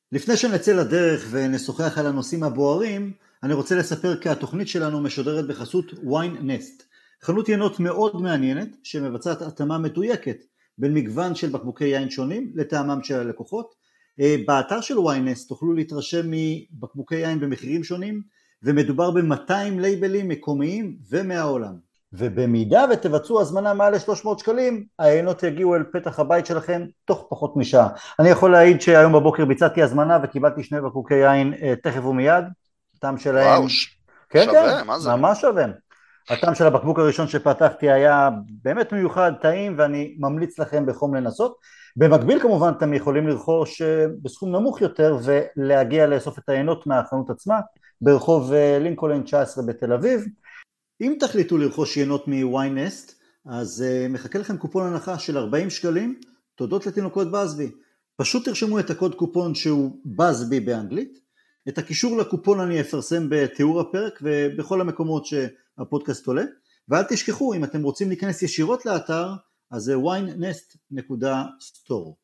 לפני שנצא לדרך ונשוחח על הנושאים הבוערים, אני רוצה לספר כי התוכנית שלנו משודרת בחסות ויין-נסט, חנות יינות מאוד מעניינת שמבצעת התאמה מדויקת בין מגוון של בקבוקי יין שונים לטעמם של הלקוחות. באתר של ויין-נסט תוכלו להתרשם מבקבוקי יין במחירים שונים, ומדובר ב-200 לייבלים מקומיים ומהעולם. ובמידה ותבצעו הזמנה מעל 300 שקלים, העיינות יגיעו אל פתח הבית שלכם תוך פחות משעה. אני יכול להעיד שהיום בבוקר ביצעתי הזמנה וקיבלתי 2 בקבוקי יין תכף ומיד. הטעם שלהם... וואו, שווה, מה זה? ממש שווה. הטעם של הבקבוק הראשון שפתחתי היה באמת מיוחד, טעים, ואני ממליץ לכם בחום לנסות. במקביל כמובן אתם יכולים לרכוש בסכום נמוך יותר ולהגיע לאסוף את העיינות מהחנות עצמה, ברחוב לינקולן 19 בתל אביב. אם תחליטו לרכוש יינות מוויין-נסט, אז מחכה לכם קופון הנחה של 40 שקלים, תודות לתינוקות בזבי. פשוט תרשמו את הקוד קופון שהוא בזבי באנגלית. את הקישור לקופון אני אפרסם בתיאור הפרק ובכל המקומות שהפודקאסט עולה. ואל תשכחו, אם אתם רוצים להיכנס ישירות לאתר, אז זה winenest.store.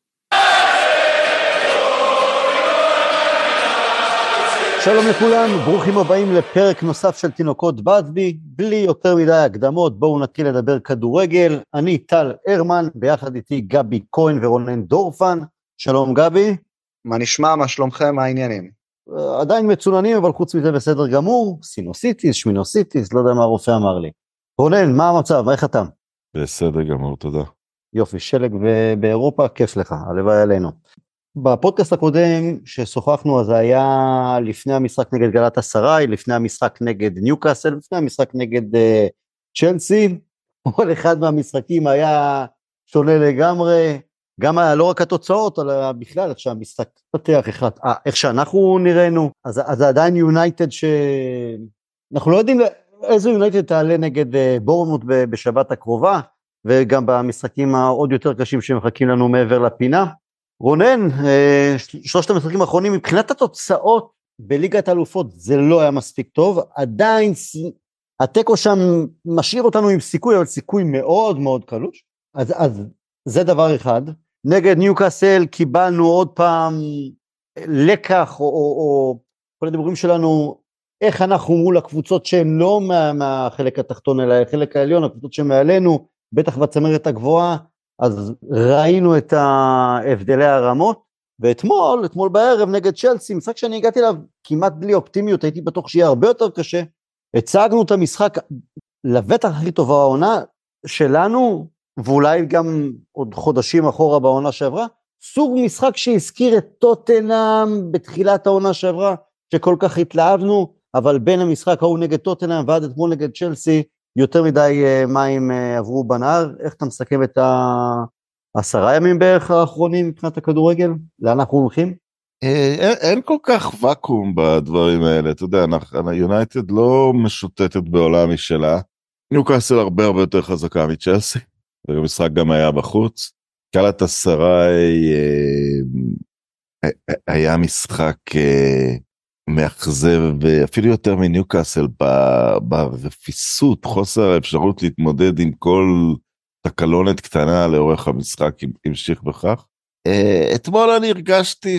שלום לכולם, ברוכים הבאים לפרק נוסף של תינוקות בזבי. בלי יותר מדי הקדמות, בואו נתחיל לדבר כדורגל. אני טל הרמן, ביחד איתי גבי כהן ורונן דורפן. שלום גבי. מה נשמע, מה שלומכם, מה העניינים? עדיין מצוננים, אבל חוץ מזה בסדר גמור. סינוסיטיס, שמינוסיטיס, לא יודע מה הרופא אמר לי. רונן, מה המצב? איך אתה? בסדר גמור, תודה. יופי, שלג באירופה, כיף לך, הלוואי עלינו. בפודקאסט הקודם ששוחחנו, אז היה לפני המשחק נגד גלאטסראי, לפני המשחק נגד ניוקאסל, לפני המשחק נגד צ'לסי. כל אחד מהמשחקים היה שונה לגמרי, גם לא רק התוצאות, אלא בכלל איך שהמשחק פתח, איך שאנחנו נראינו. אז עדיין יונייטד אנחנו לא יודעים איזו יונייטד תעלה נגד בורנמוט בשבת הקרובה, וגם במשחקים העוד יותר קשים שמחכים לנו מעבר לפינה. רונן, שלושת המשחקים האחרונים, מבחינת התוצאות בליגת האלופות זה לא היה מספיק טוב, עדיין הטקו שם משאיר אותנו עם סיכוי, אבל סיכוי מאוד מאוד קלוש, אז זה דבר אחד. נגד ניוקאסל קיבלנו עוד פעם לקח, או כל הדיבורים שלנו, איך אנחנו מול הקבוצות שהן לא מהחלק התחתון, אלא החלק העליון, הקבוצות שמעלינו, בטח בצמרת הגבוהה, אז ראינו את ההבדלי הרמות, ואתמול בערב נגד צ'לסי, משחק שאני הגעתי אליו כמעט בלי אופטימיות, הייתי בטוח שיהיה הרבה יותר קשה, הצגנו את המשחק לבטח הכי טובה העונה שלנו, ואולי גם עוד חודשים אחורה בעונה שעברה, סוג משחק שהזכיר את טוטנהאם בתחילת העונה שעברה, שכל כך התלהבנו, אבל בין המשחק ההוא נגד טוטנהאם ועד אתמול נגד צ'לסי, יותר מדי מים עברו בנהר. איך אתה מסכם את 10 ימים בערך האחרונים מבחינת הכדורגל? לאן אנחנו הולכים? אין כל כך וקום בדברים האלה, אתה יודע, יונייטד לא משוטטת בעולם משלה, ניוקאסל הרבה יותר חזקה מצ'לסי, והמשחק גם היה בחוץ, גלאטסראי היה משחק מאכזב, אפילו יותר מניוקאסל, ברפיסות, חוסר האפשרות להתמודד עם כל תקלונת קטנה לאורך המשחק, המשיך בכך. אתמול אני הרגשתי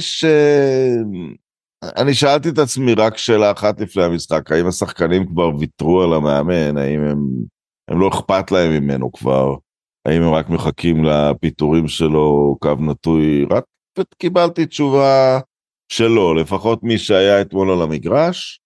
אני שאלתי את עצמי רק שאלה אחת לפני המשחק, האם השחקנים כבר ויתרו על המאמן, האם הם לא אכפת להם ממנו כבר, האם הם רק מחכים לפיטורים שלו, קו נטוי, רק קיבלתי תשובה שלא, לפחות מי שהיה אתמול על המגרש,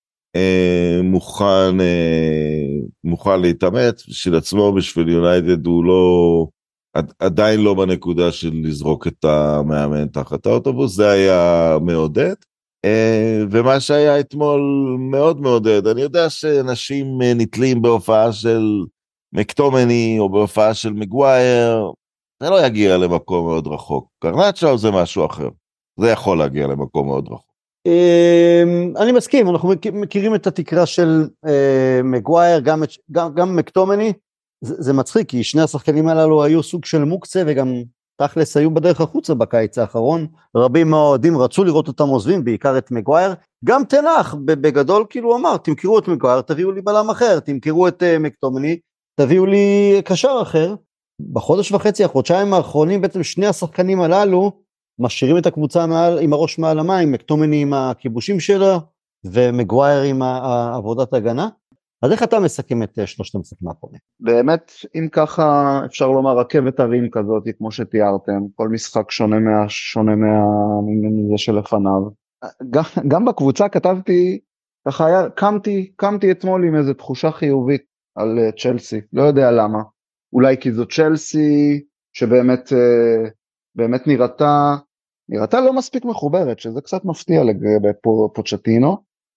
מוכן להתאמץ, בשביל עצמו, בשביל יונייטד, הוא עדיין לא בנקודה של לזרוק את המאמן תחת האוטובוס, זה היה מעודד, ומה שהיה אתמול מאוד מעודד, אני יודע שאנשים נתלים בהופעה של מקטומני, או בהופעה של מגווייר, זה לא יגיע למקום מאוד רחוק, גרנצ'ו זה משהו אחר, זה יכול להגיע למקום מאוד רחוק. אני מסכים, אנחנו מכירים את התקרה של מגווייר, גם מקטומני, זה מצחיק, כי שני השחקנים הללו היו סוג של מוקצה, וגם תכלס היו בדרך החוצה בקיץ האחרון, רבים מהאוהדים רצו לראות אותם עוזבים, בעיקר את מגווייר, גם תנח בגדול כאילו אמר, תמכרו את מגווייר, תביאו לי בלם אחר, תמכרו את מקטומני, תביאו לי קשר אחר. בחודש וחצי, החודשיים האחרונים, בעצם שני השחקנים הללו, משאירים את הקבוצה עם הראש מעל המים, מקטומני עם הכיבושים שלו, ומגווייר עם עבודת הגנה. אז איך אתה מסכם את שלושת המשחקים האחרונים? באמת, אם ככה אפשר לומר רכבת הרים כזאת, כמו שתיארתם, כל משחק שונה מזה שלפניו. גם בקבוצה כתבתי, ככה קמתי אתמול עם איזו תחושה חיובית על צ'לסי, לא יודע למה. אולי כי זו צ'לסי שבאמת באמת נראתה לא מספיק מחוברת, שזה קצת מפתיע לגבי פוצ'טינו,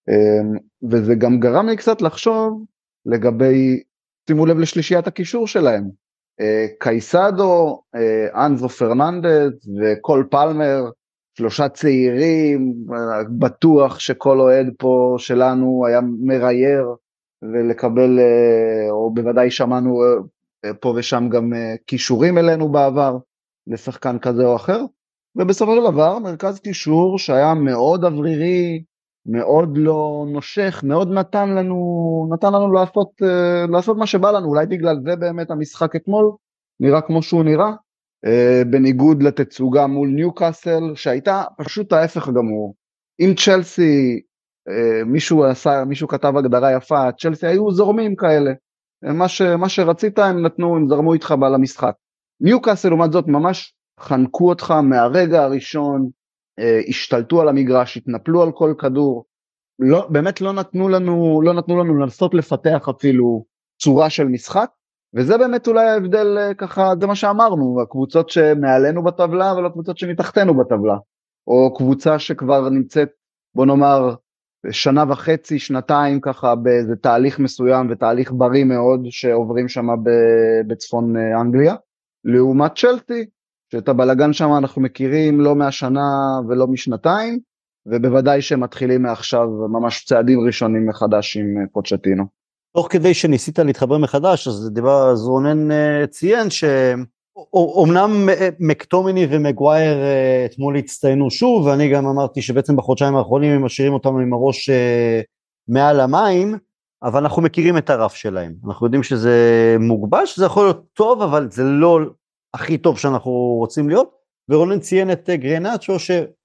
וזה גם גרם לי קצת לחשוב לגבי, שימו לב לשלישיית הקישור שלהם, קייסדו, אנזו פרננדז וקול פלמר, 3 צעירים, בטוח שכל אוהד פה שלנו היה מרייר ולקבל, או בוודאי שמענו פה ושם גם קישורים אלינו בעבר, לשחקן כזה או אחר, ובסופו של דבר מרכז קישור שהיה מאוד אוורירי, מאוד לא נושך, מאוד נתן לנו לעשות מה שבא לנו, אולי בגלל זה באמת המשחק אתמול נראה כמו שהוא נראה, בניגוד לתצוגה מול ניוקאסל, שהייתה פשוט ההפך גמור. אם צ'לסי, מישהו כתב הגדרה יפה, צ'לסי היו זורמים כאלה, מה שרצית הם זרמו איתך למשחק. ניוקאסל לעומת זאת ממש חנקו אותך מהרגע הראשון, השתלטו על המגרש, התנפלו על כל כדור, באמת לא נתנו לנו לנסות לפתח אפילו צורה של משחק, וזה באמת אולי ההבדל ככה, זה מה שאמרנו, הקבוצות שמעלינו בטבלה, ולא קבוצות שמתחתנו בטבלה, או קבוצה שכבר נמצאת, בוא נאמר, 1.5 שנה, 2 ככה, באיזה תהליך מסוים, ותהליך בריא מאוד, שעוברים שם בצפון אנגליה, לעומת צ'לסי, שאת הבלגן שם אנחנו מכירים לא מהשנה ולא משנתיים, ובוודאי שמתחילים מעכשיו ממש צעדים ראשונים מחדש עם פוצ'טינו. תוך כדי שניסית להתחבר מחדש, אז רונן ציין שאומנם מקטומני ומגווייר אתמול הצטיינו שוב, ואני גם אמרתי שבעצם בחודשיים האחרונים הם משאירים אותנו עם הראש מעל המים, אבל אנחנו מכירים את הרף שלהם. אנחנו יודעים שזה מוגבש, זה יכול להיות טוב, אבל זה לא הכי טוב שאנחנו רוצים להיות, ורונן ציין את גרנצ'ו,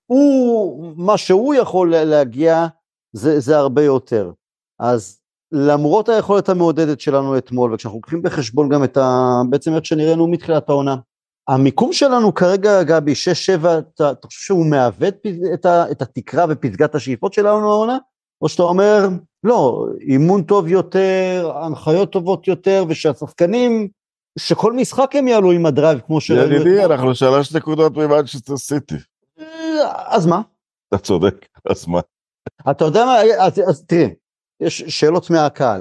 מה שהוא יכול להגיע, זה הרבה יותר. אז למרות היכולת המעודדת שלנו אתמול, וכשאנחנו לוקחים בחשבון גם בעצם איך שנראינו מתחילת העונה, המיקום שלנו כרגע, גבי, 6-7, אתה חושב שהוא מעוות את התקרה ופסגת השאיפות שלנו העונה? או שאתה אומר, לא, אימון טוב יותר, הנחיות טובות יותר, ושהשחקנים, שכל משחק הם יעלו עם הדרייב, כמו שראינו. ידידי, אנחנו 3 נקודות ממנצ'סטר סיטי. אז מה? אתה צודק, אז מה? אתה יודע מה, אז תראה, יש שאלות מהקהל.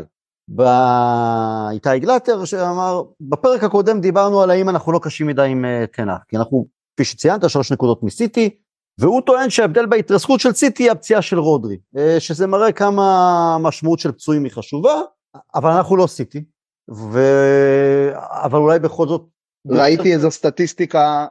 איתי גלטר שאמר, בפרק הקודם דיברנו על האם אנחנו לא קשים מדי עם תנח, כי אנחנו, כפי שציינת, 3 נקודות מסיטי, והוא טוען שההבדל בהתרסקות של סיטי היא הפציעה של רודרי, שזה מראה כמה משמעות של פצועים היא חשובה, אבל אנחנו לא סיטי, אבל אולי בכל זאת... ראיתי איזו סטטיסטיקה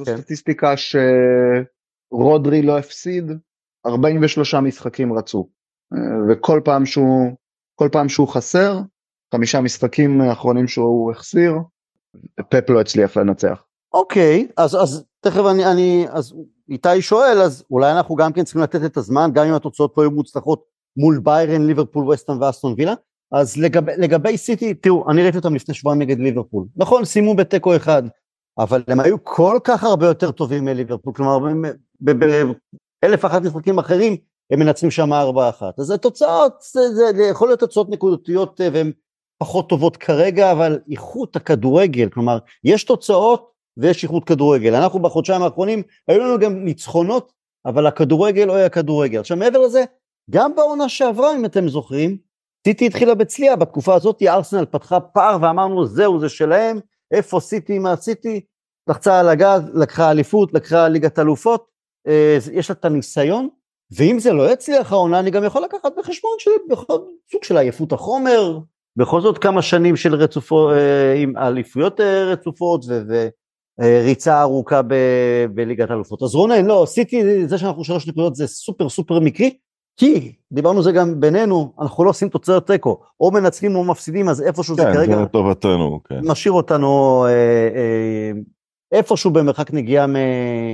שרודרי לא הפסיד 43 משחקים רצו, וכל פעם שהוא חסר, 5 משחקים האחרונים שהוא החסיר, פפ לא הצליח לנצח. אוקיי, אז תכף אז איתי שואל, אז אולי אנחנו גם כן צריכים לתת את הזמן, גם אם התוצאות לא היו מוצלחות מול ביירן, ליברפול, וסטהאם ואסטון וילה, אז לגבי סיטי, תראו, אני ראיתי אותם לפני שבועיים נגד ליברפול, נכון, סיימו בתיקו 1, אבל הם היו כל כך הרבה יותר טובים מליברפול, כלומר, ב1,001 משחקים אחרים, הם מנצחים שם 4-1, אז התוצאות, זה יכול להיות תוצאות נקודתיות, והן פחות טובות כרגע, אבל איכות הכדורגל, כלומר, יש תוצאות, ויש איכות כדורגל, אנחנו בחודשיים האחרונים, היו לנו גם ניצחונות, אבל הכדורגל או הכדורגל, עכשיו מעבר לזה, גם בעונה שעברה, אם אתם זוכרים, סיטי התחילה בצליעה, בתקופה הזאת ארסנל פתחה פער, ואמרנו זהו, זה שלהם, איפה סיטי מה סיטי, לחצה על הגז, לקחה אליפות, לקחה ליגת אלופות, יש לה את הניסיון, ואם זה לא יצליח העונה, אני גם יכול לקחת בחשבון בכל סוג של עייפות החומר, בכל זאת כמה שנים של רצופות, עם אליפויות רצופות, וריצה ארוכה בליגת אלופות. אז רונן, לא, סיטי, זה שאנחנו 3 נקודות, זה סופר סופר מקרי, כי דיברנו זה גם בינינו, אנחנו לא עושים תוצרת תיקו, או מנצחים או מפסידים, אז איפשהו זה כרגע, כן, זה טובתנו, כן. משאיר אותנו איפשהו במרחק נגיעה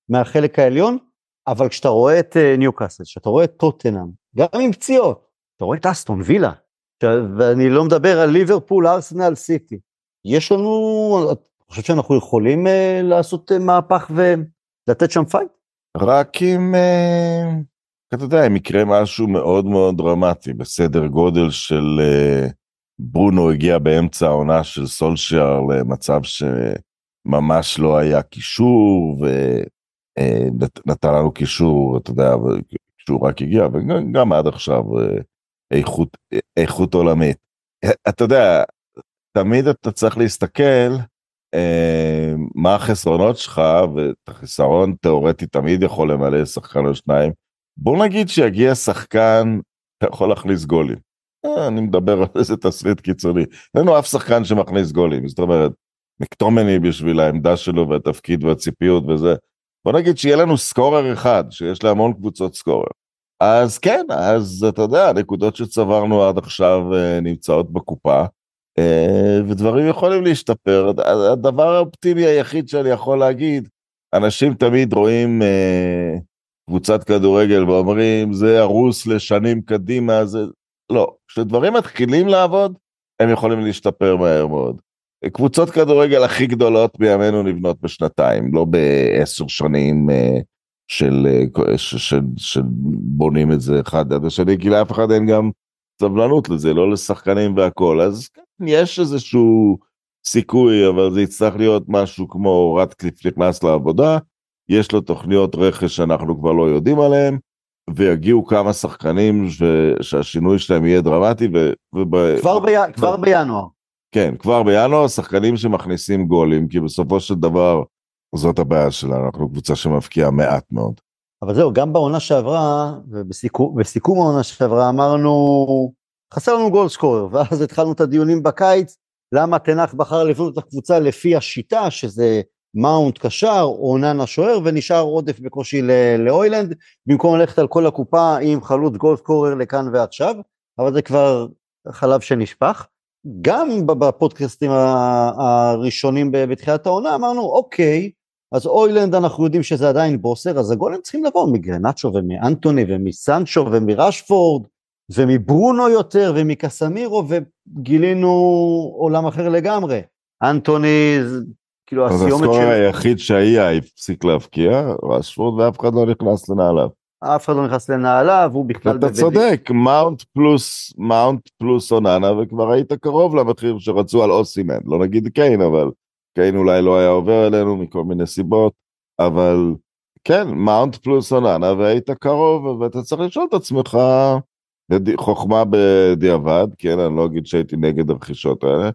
מהחלק העליון, אבל כשאתה רואה את ניוקאסל, כשאתה רואה את טוטנהאם, גם עם פציעות, אתה רואה את אסטון וילה, ואני לא מדבר על ליברפול, ארסנל, סיטי. יש לנו, אני חושב שאנחנו יכולים לעשות מהפך ולתת שם פייט? רק אם, אתה יודע, אם יקרה משהו מאוד מאוד דרמטי, בסדר גודל של ברונו הגיע באמצע העונה של סולשייר למצב שממש לא היה קישור, ונתן לנו קישור, אתה יודע, קישור רק הגיע, וגם עד עכשיו איכות עולמית. אתה יודע, תמיד אתה צריך להסתכל מה החסרונות שלך, ואת החיסרון תיאורטי תמיד יכול למלא שחקן או שניים. בוא נגיד שיגיע שחקן, אתה יכול להכניס גולים. אני מדבר על איזה תסריט קיצוני. אין לנו אף שחקן שמכניס גולים, זאת אומרת, מקטומני בשביל העמדה שלו והתפקיד והציפיות וזה. בוא נגיד שיהיה לנו סקורר אחד, שיש לה המון קבוצות סקורר. אז כן, אז אתה יודע, הנקודות שצברנו עד עכשיו נמצאות בקופה, ודברים יכולים להשתפר. הדבר האופטימי היחיד שאני יכול להגיד, אנשים תמיד רואים קבוצת כדורגל ואומרים, זה הרוס לשנים קדימה, זה לא. כשדברים מתחילים לעבוד, הם יכולים להשתפר מהר מאוד. קבוצות כדורגל הכי גדולות בימינו נבנות בשנתיים, לא ב10 שנים של בונים את זה אחד עד השני, כי לאף אחד אין גם סבלנות לזה, לא לשחקנים והכל. אז יש איזשהו סיכוי, אבל זה יצטרך להיות משהו כמו רטקליף נכנס לעבודה, יש לו תוכניות רכש שאנחנו כבר לא יודעים עליהם, ויגיעו כמה שחקנים שהשינוי שלהם יהיה דרמטי. כבר בינואר. כן, כבר בינואר, שחקנים שמכניסים גולים, כי בסופו של דבר זאת הבעיה שלנו, אנחנו קבוצה שמפקיעה מעט מאוד. אבל זהו, גם בעונה שעברה, ובסיכום העונה שעברה, אמרנו, חסר לנו גול סקורר, ואז התחלנו את הדיונים בקיץ, למה תנח בחר לבנות את הקבוצה לפי השיטה, שזה מאונט קשר, או ננה שוער, ונשאר עודף בקושי לאוילנד, במקום ללכת על כל הקופה עם חלוץ גול סקורר לכאן ועכשיו, אבל זה כבר חלב שנשפך. גם בפודקאסטים הראשונים בתחילת העונה, אמרנו, אוקיי, אז אוילנד אנחנו יודעים שזה עדיין בוסר, אז הגולים צריכים לבוא מגרנצ'ו ומאנטוני ומסנצ'ו ומרשפורד ומברונו יותר ומקסמירו, וגילינו עולם אחר לגמרי. אנטוני, כאילו הסיומת של... הסקורר היחיד שהיה הפסיק להבקיע, רשפורד, ואף אחד לא נכנס לנעליו. אף אחד לא נכנס לנעליו, הוא בכלל... אתה צודק, מאונט פלוס אוננה, וכבר היית קרוב למחיר שרצו על אוסימן, לא נגיד קיין, אבל... קיין אולי לא היה עובר אלינו מכל מיני סיבות, אבל כן, מאונט פלוס אוננה, והיית קרוב, ואתה צריך לשאול את עצמך, חוכמה בדיעבד, כן, אני לא אגיד שהייתי נגד הרכישות האלה,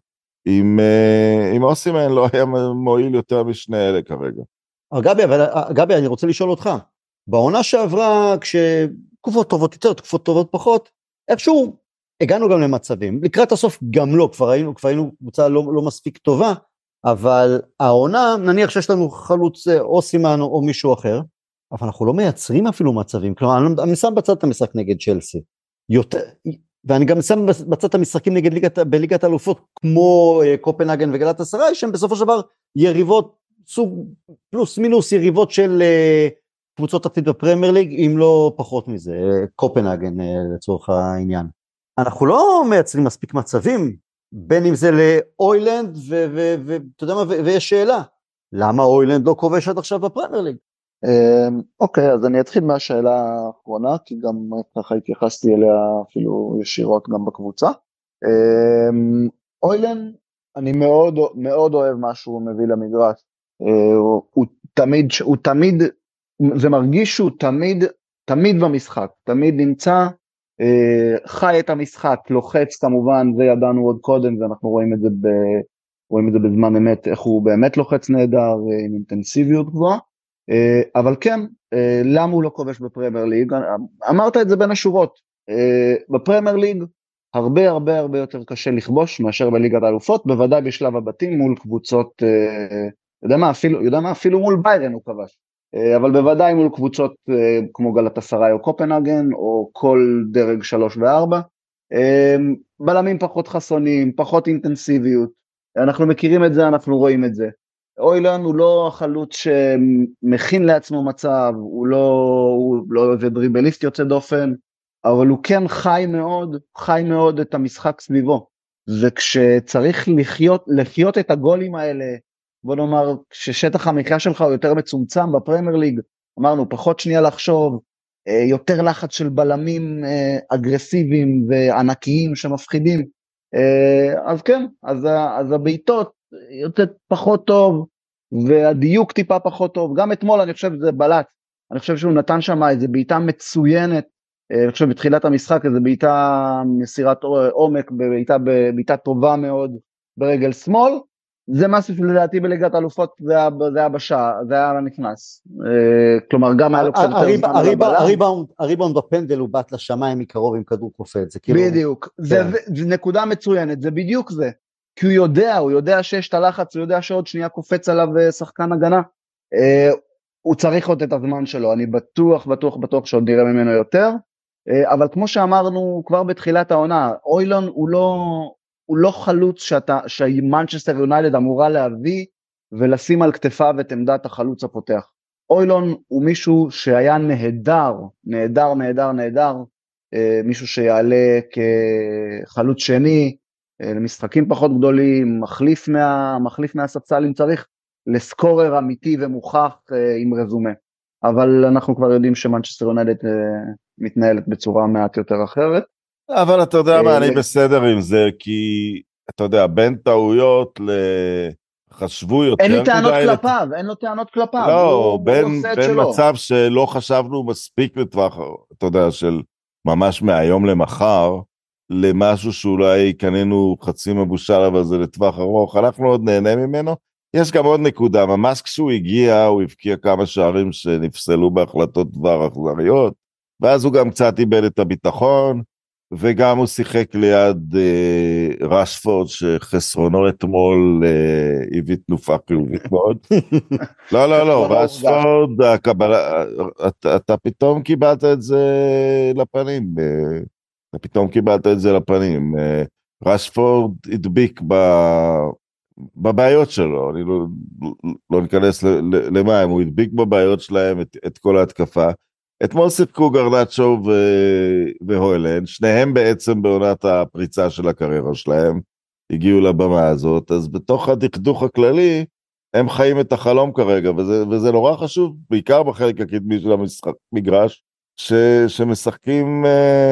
אם אוסימן לא היה מועיל יותר משני אלה כרגע. גבי, אני רוצה לשאול אותך, בעונה שעברה, כשתקופות טובות יותר, תקופות טובות פחות, איכשהו הגענו גם למצבים, לקראת הסוף גם לא, כבר היינו קבוצה לא מספיק טובה, אבל העונה, נניח שיש לנו חלוץ אוסימן או מישהו אחר, אבל אנחנו לא מייצרים אפילו מצבים, כלומר, אני שם בצד את המשחק נגד צ'לסי, ואני גם שם בצד את המשחקים בליגת האלופות, כמו קופנהגן וגלאטסראי, שהם בסופו של דבר יריבות, סוג פלוס מינוס יריבות של קבוצות עתיד בפרמייר ליג, אם לא פחות מזה, קופנהגן לצורך העניין. אנחנו לא מייצרים מספיק מצבים, בין אם זה לאוילנד, ואתה יודע מה, ויש שאלה, למה אוילנד לא כובש עד עכשיו בפרמייר ליג? אוקיי, אז אני אתחיל מהשאלה האחרונה, כי גם ככה התייחסתי אליה אפילו ישירות גם בקבוצה. אוילנד, אני מאוד מאוד אוהב מה שהוא מביא למגרש, הוא תמיד, זה מרגיש שהוא תמיד במשחק, תמיד נמצא, חי את המשחק, לוחץ כמובן, זה ידענו עוד קודם, ואנחנו רואים את זה בזמן אמת, איך הוא באמת לוחץ נהדר, עם אינטנסיביות גבוהה, אבל כן, למה הוא לא כובש בפרמייר ליג? אמרת את זה בין השורות, בפרמייר ליג, הרבה יותר קשה לכבוש, מאשר בליגת האלופות, בוודאי בשלב הבתים, מול קבוצות, יודע מה, אפילו מול ביירן הוא כבש, אבל בוודאי מול קבוצות כמו גלאטסראי או קופנהגן, או כל דרג 3 ו4, בלמים פחות חסונים, פחות אינטנסיביות, אנחנו מכירים את זה, אנחנו רואים את זה, אוילן הוא לא החלוץ שמכין לעצמו מצב, הוא לא איזה דריבליסט יוצא דופן, אבל הוא כן חי מאוד את המשחק סביבו, וכשצריך לחיות את הגולים האלה, בוא נאמר ששטח המחיה שלך הוא יותר מצומצם בפרמייר ליג, אמרנו פחות שנייה לחשוב, יותר לחץ של בלמים אגרסיביים וענקיים שמפחידים, אז כן, אז הבעיטות יוצאת פחות טוב, והדיוק טיפה פחות טוב, גם אתמול אני חושב שזה בלט, אני חושב שהוא נתן שם איזו בעיטה מצוינת, אני חושב בתחילת המשחק איזו בעיטה מסירת עומק, בעיטה טובה מאוד ברגל שמאל, זה משהו שלדעתי בליגת האלופות זה היה בשעה, זה היה נכנס, כלומר גם היה לו קצת יותר זמן על הבלם. הריבאונד בפנדל הוא בת לשמיים מקרוב עם כדור קופץ, בדיוק, זה נקודה מצוינת, זה בדיוק זה, כי הוא יודע שיש את הלחץ, הוא יודע שעוד שנייה קופץ עליו שחקן הגנה, הוא צריך עוד את הזמן שלו, אני בטוח שעוד נראה ממנו יותר, אבל כמו שאמרנו כבר בתחילת העונה, אוילון הוא לא חלוץ שמנצ'סטר יונייטד אמורה להביא, ולשים על כתפיו את עמדת החלוץ הפותח. אוילון הוא מישהו שהיה נהדר, מישהו שיעלה כחלוץ שני, למשחקים פחות גדולים, מחליף מהספסל אם צריך, לסקורר אמיתי ומוכח עם רזומה. אבל אנחנו כבר יודעים שמנצ'סטר יונייטד מתנהלת בצורה מעט יותר אחרת. אבל אתה יודע מה, אני בסדר עם זה, כי אתה יודע, בין טעויות חשבו יותר... אין לו טענות כלפיו. לא, בין מצב שלא חשבנו מספיק לטווח, אתה יודע, של ממש מהיום למחר, למשהו שאולי קנינו חצי מבושל, אבל זה לטווח ארוך, אנחנו עוד נהנה ממנו. יש גם עוד נקודה, ממש כשהוא הגיע, הוא הבקיע כמה שערים שנפסלו בהחלטות דבר אכזריות, ואז הוא גם קצת איבד את הביטחון, וגם הוא שיחק ליד רשפורד, שחסרונו אתמול הביא תנופה חיובית מאוד. לא, רשפורד, אתה פתאום קיבלת את זה לפנים. רשפורד הדביק בבעיות שלו, אני לא ניכנס למה, הוא הדביק בבעיות שלהם את כל ההתקפה. אתמול שיחקו גרנצ'ו והוילן, שניהם בעצם בעונת הפריצה של הקריירה שלהם, הגיעו לבמה הזאת, אז בתוך הדכדוך הכללי, הם חיים את החלום כרגע, וזה נורא חשוב, בעיקר בחלק הקדמי של המגרש, שמשחקים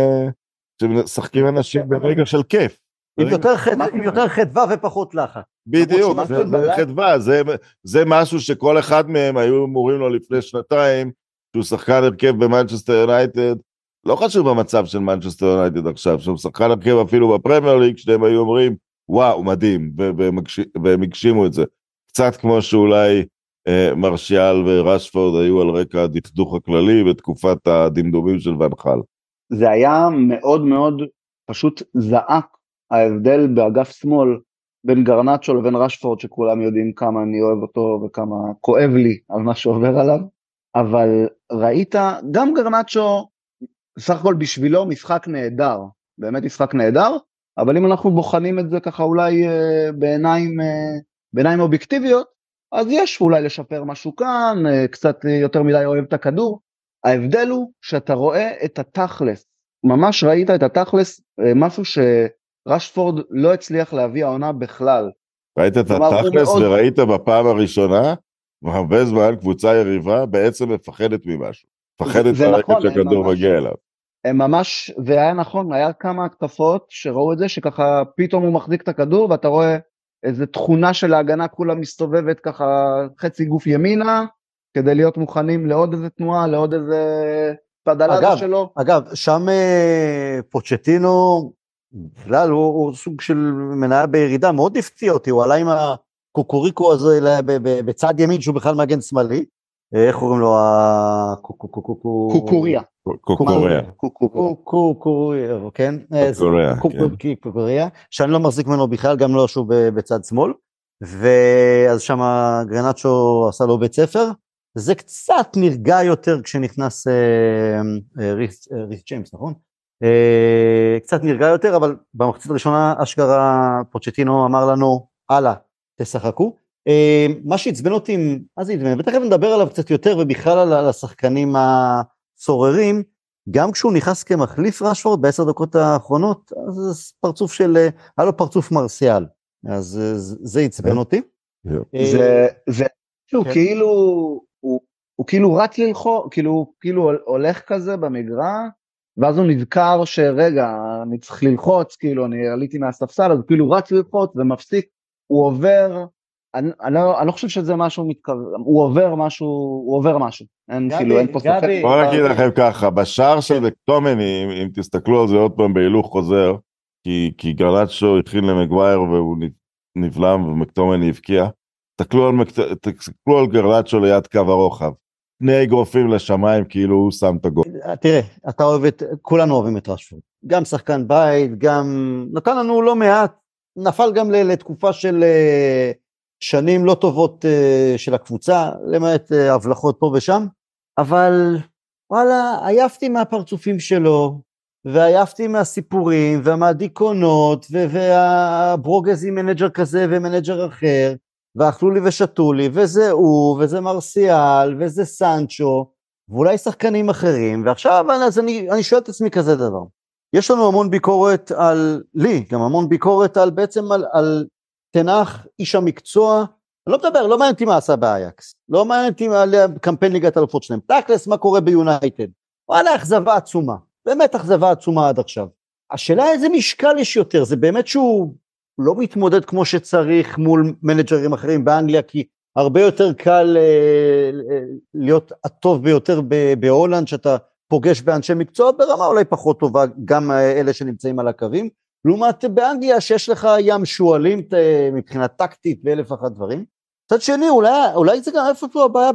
אנשים ברגע של כיף. עם יותר חדווה ופחות לחץ. בדיוק, חדווה, זה משהו שכל אחד מהם היו אמורים לו לפני שנתיים, שהוא שחקן הרכב במנצ'סטר יונייטד, לא חשוב במצב של מנצ'סטר יונייטד עכשיו, שהוא שחקן הרכב אפילו בפרמייר ליג, שהם היו אומרים, וואו, מדהים, והם הגשימו את זה. קצת כמו שאולי מרשיאל ורשפורד היו על רקע הדכדוך הכללי, בתקופת הדמדומים של ונחל. זה היה מאוד מאוד פשוט זעק, ההבדל באגף שמאל, בין גרנצ'ו לבין רשפורד, שכולם יודעים כמה אני אוהב אותו, וכמה כואב לי על מה שעובר עליו, אבל ראית, גם גרנצ'ו, סך הכל בשבילו משחק נהדר, באמת משחק נהדר, אבל אם אנחנו בוחנים את זה ככה אולי בעיניים אובייקטיביות, אז יש אולי לשפר משהו כאן, קצת יותר מדי אוהב את הכדור, ההבדל הוא שאתה רואה את התכלס, ממש ראית את התכלס, משהו שרשפורד לא הצליח להביא העונה בכלל. ראית את התכלס וראית בפעם הראשונה, והרבה זמן קבוצה יריבה בעצם מפחדת ממשהו, מפחדת מהרקע שהכדור מגיע אליו. הם ממש, זה היה נכון, היה כמה התקפות שראו את זה, שככה פתאום הוא מחזיק את הכדור, ואתה רואה איזו תכונה של ההגנה, כולה מסתובבת ככה חצי גוף ימינה, כדי להיות מוכנים לעוד איזה תנועה, לעוד איזה פדלדה שלו. אגב, שם פוצ'טינו, בכלל הוא סוג של מנהל בירידה, מאוד הפתיע אותי, הוא עלה עם הקוקוריקו הזה בצד ימין, שהוא בכלל מגן שמאלי, איך קוראים לו? קוקוריה. קוקוריה, כן? קוקוריה, שאני לא מחזיק ממנו בכלל, גם לא שהוא בצד שמאל, ואז שם גרנצ'ו עשה לו בית ספר, זה קצת נרגע יותר כשנכנס ריס ג'יימס, נכון? קצת נרגע יותר, אבל במחצית הראשונה אשכרה פוצ'טינו אמר לנו, הלאה, תשחקו, מה שעצבן אותי, אז עצבן, ותכף נדבר עליו קצת יותר, ובכלל על השחקנים הסוררים, גם כשהוא נכנס כמחליף רשפורד ב10 דקות האחרונות, אז פרצוף היה לו פרצוף מרסיאל, אז זה עצבן אותי. זה שהוא כאילו, הוא כאילו רץ ללחוץ, כאילו הולך כזה במגרש, ואז הוא נזכר שרגע, אני צריך ללחוץ, כאילו אני עליתי מהספסל, אז הוא כאילו רץ ללחוץ ומפסיק, הוא עובר, אני לא חושב שזה משהו מתכוון, הוא עובר משהו, אין פה ספק. בוא נגיד לכם ככה, בשער של מקטומני, אם תסתכלו על זה עוד פעם בהילוך חוזר, כי גרנצ'ו התחיל למגווייר והוא נבלם ומקטומני הבקיע, תסתכלו על גרנצ'ו ליד קו הרוחב, שני אגרופים לשמיים כאילו הוא שם את הגול. תראה, כולנו אוהבים את רשפורד, גם שחקן בית, גם נתן לנו לא מעט, נפל גם לתקופה של שנים לא טובות של הקבוצה, למעט הבלחות פה ושם, אבל וואלה, עייפתי מהפרצופים שלו, ועייפתי מהסיפורים, ומהדיכאונות, והברוגז עם מנג'ר כזה ומנג'ר אחר, ואכלו לי ושתו לי, וזה הוא, וזה מרסיאל, וזה סנצ'ו, ואולי שחקנים אחרים, ועכשיו אז אני שואל את עצמי כזה דבר, יש לנו המון ביקורת גם המון ביקורת בעצם על תנח, איש המקצוע, אני לא מדבר, לא מעניין אותי מה עשה באייקס, לא מעניין אותי על קמפיין ליגת האלופות שלהם, תכלס מה קורה ביונייטד, וואלה אכזבה עצומה, באמת אכזבה עצומה עד עכשיו, השאלה איזה משקל יש יותר, זה באמת שהוא לא מתמודד כמו שצריך מול מנג'רים אחרים באנגליה, כי הרבה יותר קל להיות הטוב ביותר בהולנד, שאתה פוגש באנשי מקצוע ברמה אולי פחות טובה, גם אלה שנמצאים על הקווים, לעומת באנגליה שיש לך ים שואלים מבחינת טקטית ואלף אחת דברים. מצד שני, אולי זה גם איפה הבעיה,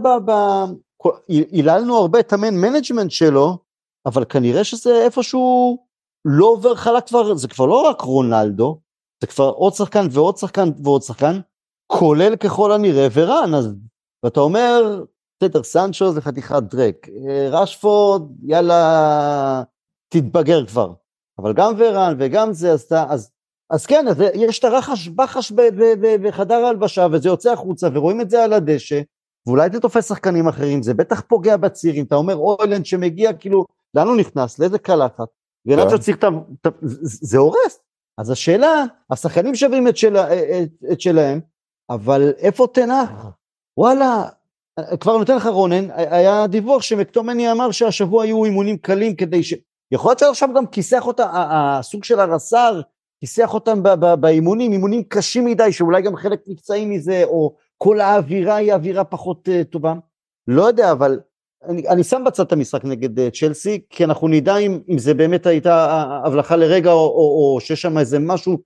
היללנו הרבה את המנג'מנט שלו, אבל כנראה שזה איפשהו לא עובר חלק כבר, זה כבר לא רק רונלדו, זה כבר עוד שחקן ועוד שחקן ועוד שחקן, כולל ככל הנראה ורן, ואתה אומר, בסדר, סנצ'ו זה חתיכת דרק, רשפורד, יאללה, תתבגר כבר, אבל גם ורן וגם זה, אז כן, אז יש את הרחש בחש בחדר ההלבשה, וזה יוצא החוצה, ורואים את זה על הדשא, ואולי זה תופס שחקנים אחרים, זה בטח פוגע בצירים, אתה אומר, אוילנד שמגיע, כאילו, לאן הוא נכנס, לאיזה קלחת, ונצ'ו צריך, זה הורס, אז השאלה, השחקנים שווים את שלהם, אבל איפה תנח? וואלה, כבר נותן לך רונן, היה דיווח שמקטומני אמר שהשבוע היו אימונים קלים, כדי יכול להיות שעכשיו גם כיסח אותה, הסוג של הרס"ר, כיסח אותם באימונים, אימונים קשים מדי, שאולי גם חלק נפצעים מזה, או כל האווירה היא אווירה פחות טובה, לא יודע, אבל אני שם בצד את המשחק נגד צ'לסי, כי אנחנו נדע אם זה באמת הייתה הבלחה לרגע, או שיש שם איזה משהו,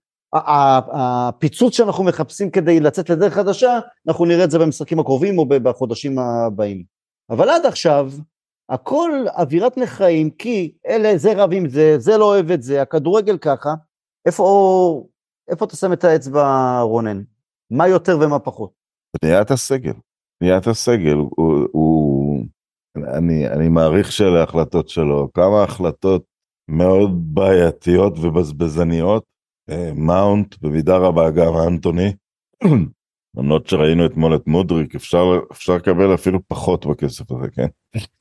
הפיצוץ שאנחנו מחפשים כדי לצאת לדרך חדשה, אנחנו נראה את זה במשחקים הקרובים, או בחודשים הבאים. אבל עד עכשיו, הכל אווירת נחיים, כי זה רב עם זה לא אוהב את זה, הכדורגל ככה, איפה אתה שם את האצבע רונן? מה יותר ומה פחות? בניית הסגל, אני מעריך של ההחלטות שלו, כמה החלטות מאוד בעייתיות ובזבזניות, מאונט, במידה רבה גם אנטוני, למרות שראינו אתמול את מודריק, אפשר לקבל אפילו פחות בכסף הזה, כן?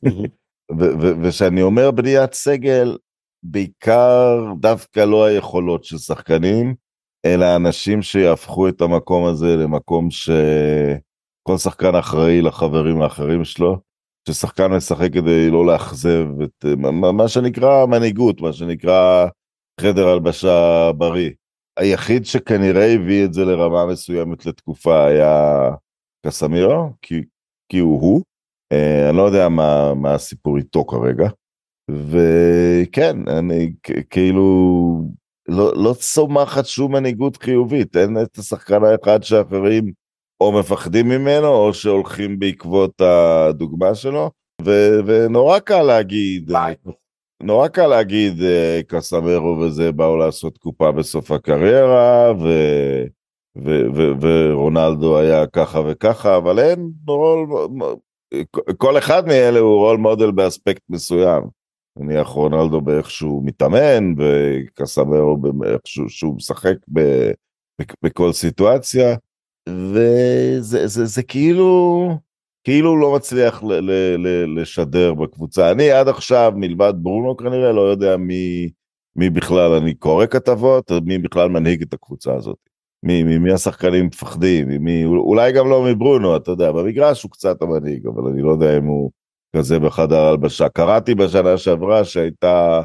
ושאני אומר בניית סגל, בעיקר דווקא לא היכולות של שחקנים, אלא אנשים שיהפכו את המקום הזה למקום שכל שחקן אחראי לחברים האחרים שלו, ששחקן משחק כדי לא לאכזב את מה שנקרא מנהיגות, מה שנקרא חדר הלבשה בריא. היחיד שכנראה הביא את זה לרמה מסוימת לתקופה היה קסמירו, כי הוא. אני לא יודע מה הסיפור איתו כרגע. וכן, אני כאילו לא צומחת שום מנהיגות חיובית, אין את השחקן האחד שאחרים או מפחדים ממנו, או שהולכים בעקבות הדוגמה שלו, ונורא קל להגיד, קסמרו וזה באו לעשות קופה בסוף הקריירה, ורונלדו היה ככה וככה, אבל אין, כל אחד מאלה הוא רול מודל באספקט מסוים. נניח רונלדו באיך שהוא מתאמן, וקסמרו באיך שהוא משחק בכל סיטואציה, וזה כאילו לא מצליח לשדר בקבוצה. אני עד עכשיו, מלבד ברונו כנראה, לא יודע מי בכלל, אני קורא כתבות, מי בכלל מנהיג את הקבוצה הזאת. מי השחקנים מפחדים, אולי גם לא מברונו, אתה יודע, במגרש הוא קצת המנהיג, אבל אני לא יודע אם הוא כזה בחדר הלבשה. קראתי בשנה שעברה שהייתה,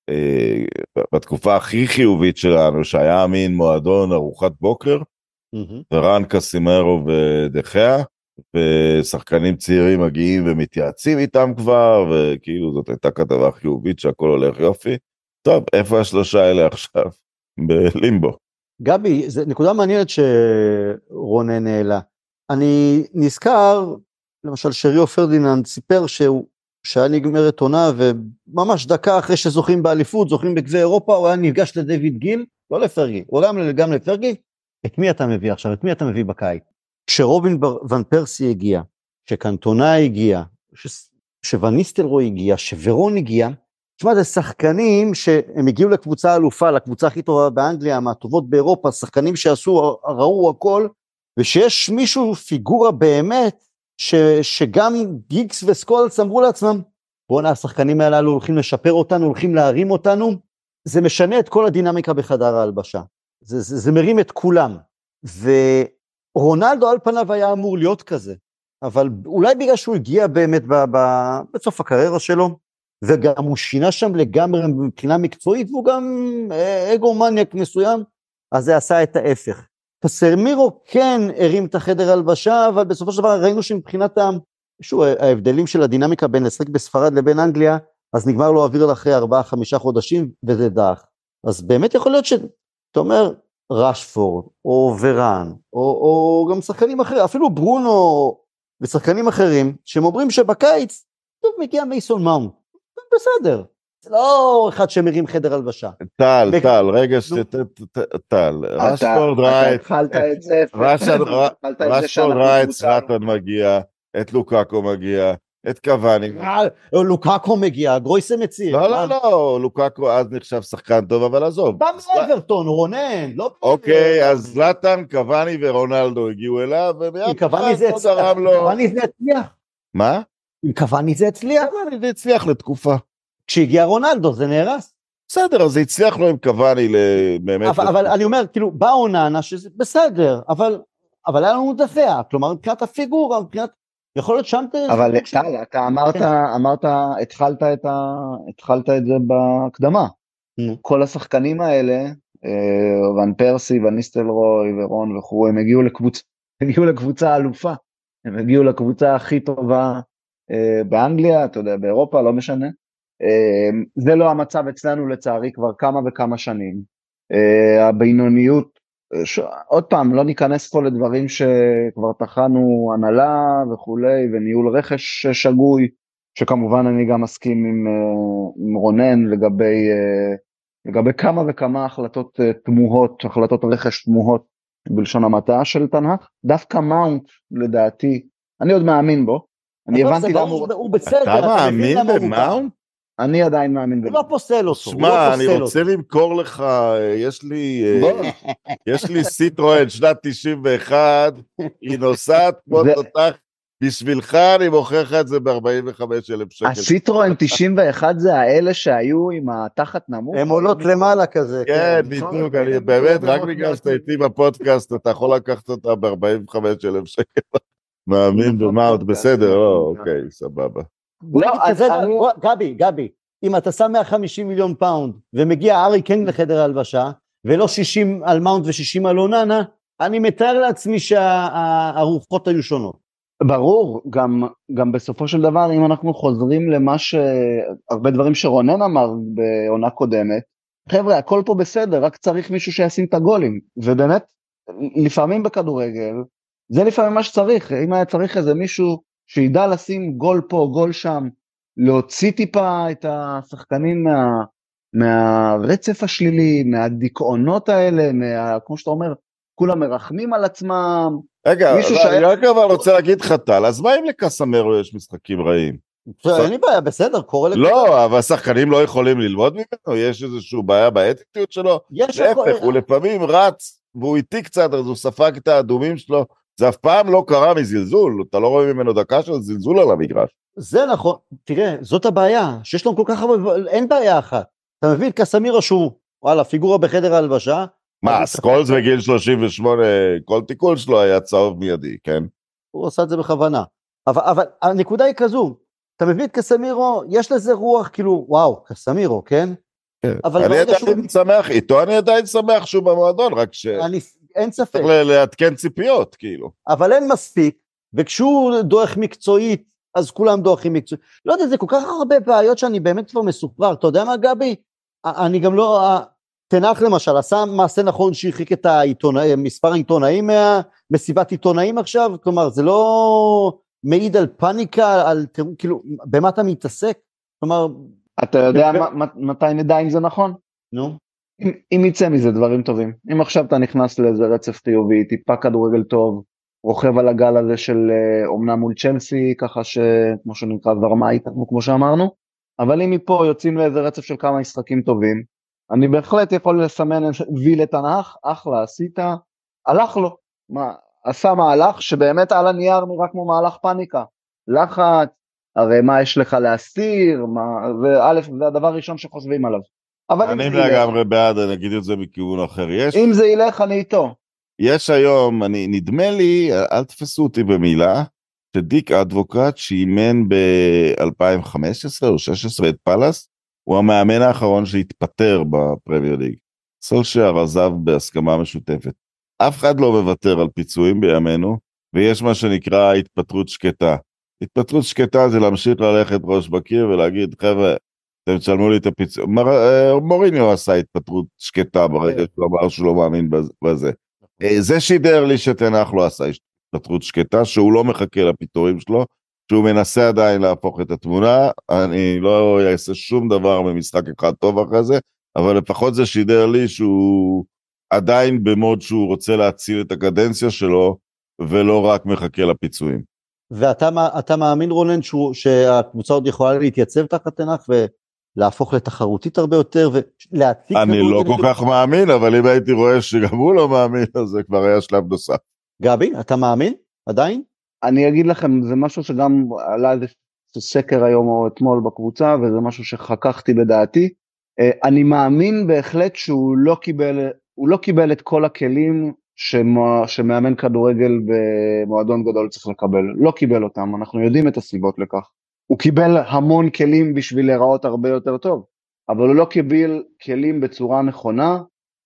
בתקופה הכי חיובית שלנו, שהיה מין מועדון ארוחת בוקר, ורן קסימרו ודחיה, ושחקנים צעירים מגיעים ומתייעצים איתם כבר, וכאילו זאת הייתה כתבה חיובית שהכל הולך יופי. טוב, איפה השלושה האלה עכשיו? בלימבו. גבי, זו נקודה מעניינת שרונן העלה. אני נזכר, למשל שריו פרדיננד סיפר שהיה נגמרת עונה, וממש דקה אחרי שזוכים באליפות, זוכים בגביע אירופה, הוא היה נפגש לדיוויד גיל, לא לפרגי, הוא גם לפרגי, את מי אתה מביא עכשיו, את מי אתה מביא בקיץ? כשרובין ון פרסי הגיע, שקנטונה הגיע, שוון ניסטלרוי הגיע, שוורון הגיע, תשמע, זה שחקנים שהם הגיעו לקבוצה אלופה, לקבוצה הכי טובה באנגליה, מהטובות באירופה, שחקנים שעשו, ראו הכל, ושיש מישהו, פיגורה באמת, שגם גיגס וסקולס אמרו לעצמם, בוא'נה, השחקנים האלו הולכים לשפר אותנו, הולכים להרים אותנו, זה משנה את כל הדינמיקה בחדר ההלבשה, זה מרים את כולם, ורונלדו על פניו היה אמור להיות כזה, אבל אולי בגלל שהוא הגיע באמת בסוף הקריירה שלו, וגם הוא שינה שם לגמרי מבחינה מקצועית, והוא גם אגומניאק מסוים, אז זה עשה את ההפך. קסמירו כן הרים את החדר הלבשה, אבל בסופו של דבר ראינו שמבחינת ההבדלים של הדינמיקה בין לשחק בספרד לבין אנגליה, אז נגמר לו אוויר אחרי 4-5 חודשים, וזה דח. אז באמת יכול להיות שאתה אומר, רשפורד, או ורן, או גם שחקנים אחרים, אפילו ברונו ושחקנים אחרים, שהם אומרים שבקיץ, טוב מגיע מייסון מאונט, בסדר, זה לא אחד שמרים חדר הלבשה. טל, רגע טל, רשפורד ראה את סרטון מגיע, את לוקאקו מגיע, את קוואני. לוקאקו מגיע, גרויסה מציר. לא, לוקאקו אז נחשב שחקן טוב, אבל עזוב. בא מאברטון, רונן, לא... אוקיי, אז זלאטן, קוואני ורונלדו הגיעו אליו, עם קוואני זה הצליח. מה? עם קוואני זה הצליח? קוואני זה הצליח לתקופה. כשהגיע רונלדו זה נהרס. בסדר, אז זה הצליח לו עם קוואני באמת. אבל אני אומר, כאילו, בא אוננה שזה בסדר, אבל היה לנו דפע, כלומר, מבחינת הפיגורה, מבחינת, יכול להיות שם... אבל טל, אתה אמרת, התחלת את זה בהקדמה. כל השחקנים האלה, ון פרסי, וניסטלרוי, ורון וכו', הם הגיעו לקבוצה אלופה. הם הגיעו לקבוצה הכי טובה באנגליה, אתה יודע, באירופה, לא משנה. זה לא המצב אצלנו לצערי כבר כמה וכמה שנים. הבינוניות, עוד פעם, לא ניכנס פה לדברים שכבר תחנו הנהלה וכולי, וניהול רכש שגוי, שכמובן אני גם מסכים עם רונן לגבי כמה וכמה החלטות תמוהות, החלטות רכש תמוהות בלשון המעטה של תנהך. דווקא מאונט לדעתי, אני עוד מאמין בו, אני הבנתי למה הוא בסדר. אתה מאמין במאונט? אני עדיין מאמין בו. הוא לא פוסל אותו. שמע, אני רוצה למכור לך, יש לי סיטרואן שנת 91, היא נוסעת כמו תותח, בשבילך אני מוכר לך את זה ב-45,000 שקל. הסיטרואן 91 זה האלה שהיו עם התחת נמוך? הם עולות למעלה כזה. כן, בדיוק, אני באמת, רק בגלל שאתה איתי בפודקאסט, אתה יכול לקחת אותה ב-45,000 שקל. מאמין במאונט, בסדר, אוקיי, סבבה. גבי, אם אתה שם 150 מיליון פאונד, ומגיע ארי קיין לחדר הלבשה, ולא 60 על מאונט ו60 על אוננה, אני מתאר לעצמי שהרוחות היו שונות. ברור, גם בסופו של דבר, אם אנחנו חוזרים למה הרבה דברים שרונן אמר בעונה קודמת, חבר'ה, הכל פה בסדר, רק צריך מישהו שישים את הגולים, ובאמת, לפעמים בכדורגל, זה לפעמים מה שצריך, אם היה צריך איזה מישהו שידע לשים גול פה, גול שם, להוציא טיפה את השחקנים מהרצף השלילי, מהדיכאונות האלה, כמו שאתה אומר, כולם מרחמים על עצמם. רגע, אני רק אבל רוצה להגיד לך טל, אז מה אם לקסמרו יש משחקים רעים? אין לי בעיה, בסדר, קורא לכולם. לא, אבל השחקנים לא יכולים ללמוד ממנו, יש איזושהי בעיה באתיקיות שלו, להפך, הוא לפעמים רץ והוא איטי קצת, אז הוא ספג את האדומים שלו, זה אף פעם לא קרה מזלזול, אתה לא רואה ממנו דקה של זלזול על המגרש. זה נכון, תראה, זאת הבעיה, שיש לנו כל כך הרבה, אין בעיה אחת. אתה מבין, קסמירו שהוא, וואלה, פיגורה בחדר ההלבשה. מה, סקולס בגיל 38, כל תיקול שלו היה צהוב מיידי, כן? הוא עושה את זה בכוונה. אבל הנקודה היא כזו, אתה מבין את קסמירו, יש לזה רוח, כאילו, וואו, קסמירו, כן? אני עדיין שמח, איתו אני עדיין שמח שהוא במועדון, רק ש... אין ספק. צריך להתקן ציפיות, כאילו. אבל אין מספיק, וכשהוא דוח מקצועית, אז כולם דוחים מקצועית. לא יודע, זה כל כך הרבה בעיות שאני באמת כבר מסופר. אתה יודע מה, גבי? אני גם לא... תנח למשל, עשה מעשה נכון שהרחיק את מספר העיתונאים מהמסיבת עיתונאים עכשיו, כלומר, זה לא מעיד על פאניקה, על כאילו, במה אתה מתעסק? כלומר... אתה יודע מתי נדע אם זה נכון? נו? אם יצא מזה דברים טובים. אם עכשיו אתה נכנס לאיזה רצף חיובי, טיפה כדורגל טוב, רוכב על הגל הזה של אומנם מול צ'לסי, ככה שכמו שנקרא זרמה איתנו, כמו שאמרנו, אבל אם מפה יוצאים לאיזה רצף של כמה משחקים טובים, אני בהחלט יכול לסמן וי לתנ"ך, אחלה, עשית, הלך לו, עשה מהלך שבאמת על הנייר נראה כמו מהלך פאניקה, לחץ, הרי מה יש לך להסתיר, וא' זה הדבר הראשון שחושבים עליו. אני לגמרי בעד, אני אגיד את זה מכיוון אחר. אם זה ילך, אני איתו. יש היום, נדמה לי, אל תפסו אותי במילה, שדיק אדבוקט שאימן ב-2015 או 2016 את פלאס, הוא המאמן האחרון שהתפטר בפרמייר ליג. סולשייר עזב בהסכמה משותפת. אף אחד לא מוותר על פיצויים בימינו, ויש מה שנקרא התפטרות שקטה. התפטרות שקטה זה להמשיך ללכת ראש בקיר ולהגיד, חבר'ה, אתם תשלמו לי את הפיצויים. מוריניו עשה התפטרות שקטה ברגע שהוא אמר שהוא לא מאמין בזה. זה שידר לי שתנח לא עשה התפטרות שקטה, שהוא לא מחכה לפיטורים שלו, שהוא מנסה עדיין להפוך את התמונה, אני לא אעשה שום דבר במשחק אחד טוב אחרי זה, אבל לפחות זה שידר לי שהוא עדיין במוד שהוא רוצה להציל את הקדנציה שלו, ולא רק מחכה לפיצויים. ואתה מאמין רונן שהקבוצה עוד יכולה להתייצב תחת תנח ולהפוך לתחרותית הרבה יותר ולהציג... אני לא כל כך מאמין, אבל אם הייתי רואה שגם הוא לא מאמין, אז זה כבר היה שלב נוסף. גבי, אתה מאמין עדיין? אני אגיד לכם, זה משהו שגם עלה איזה סקר היום או אתמול בקבוצה, וזה משהו שחככתי בדעתי. אני מאמין בהחלט שהוא לא קיבל את כל הכלים שמאמן כדורגל במועדון גדול צריך לקבל. לא קיבל אותם, אנחנו יודעים את הסיבות לכך. הוא קיבל המון כלים בשביל להיראות הרבה יותר טוב, אבל הוא לא קיבל כלים בצורה נכונה,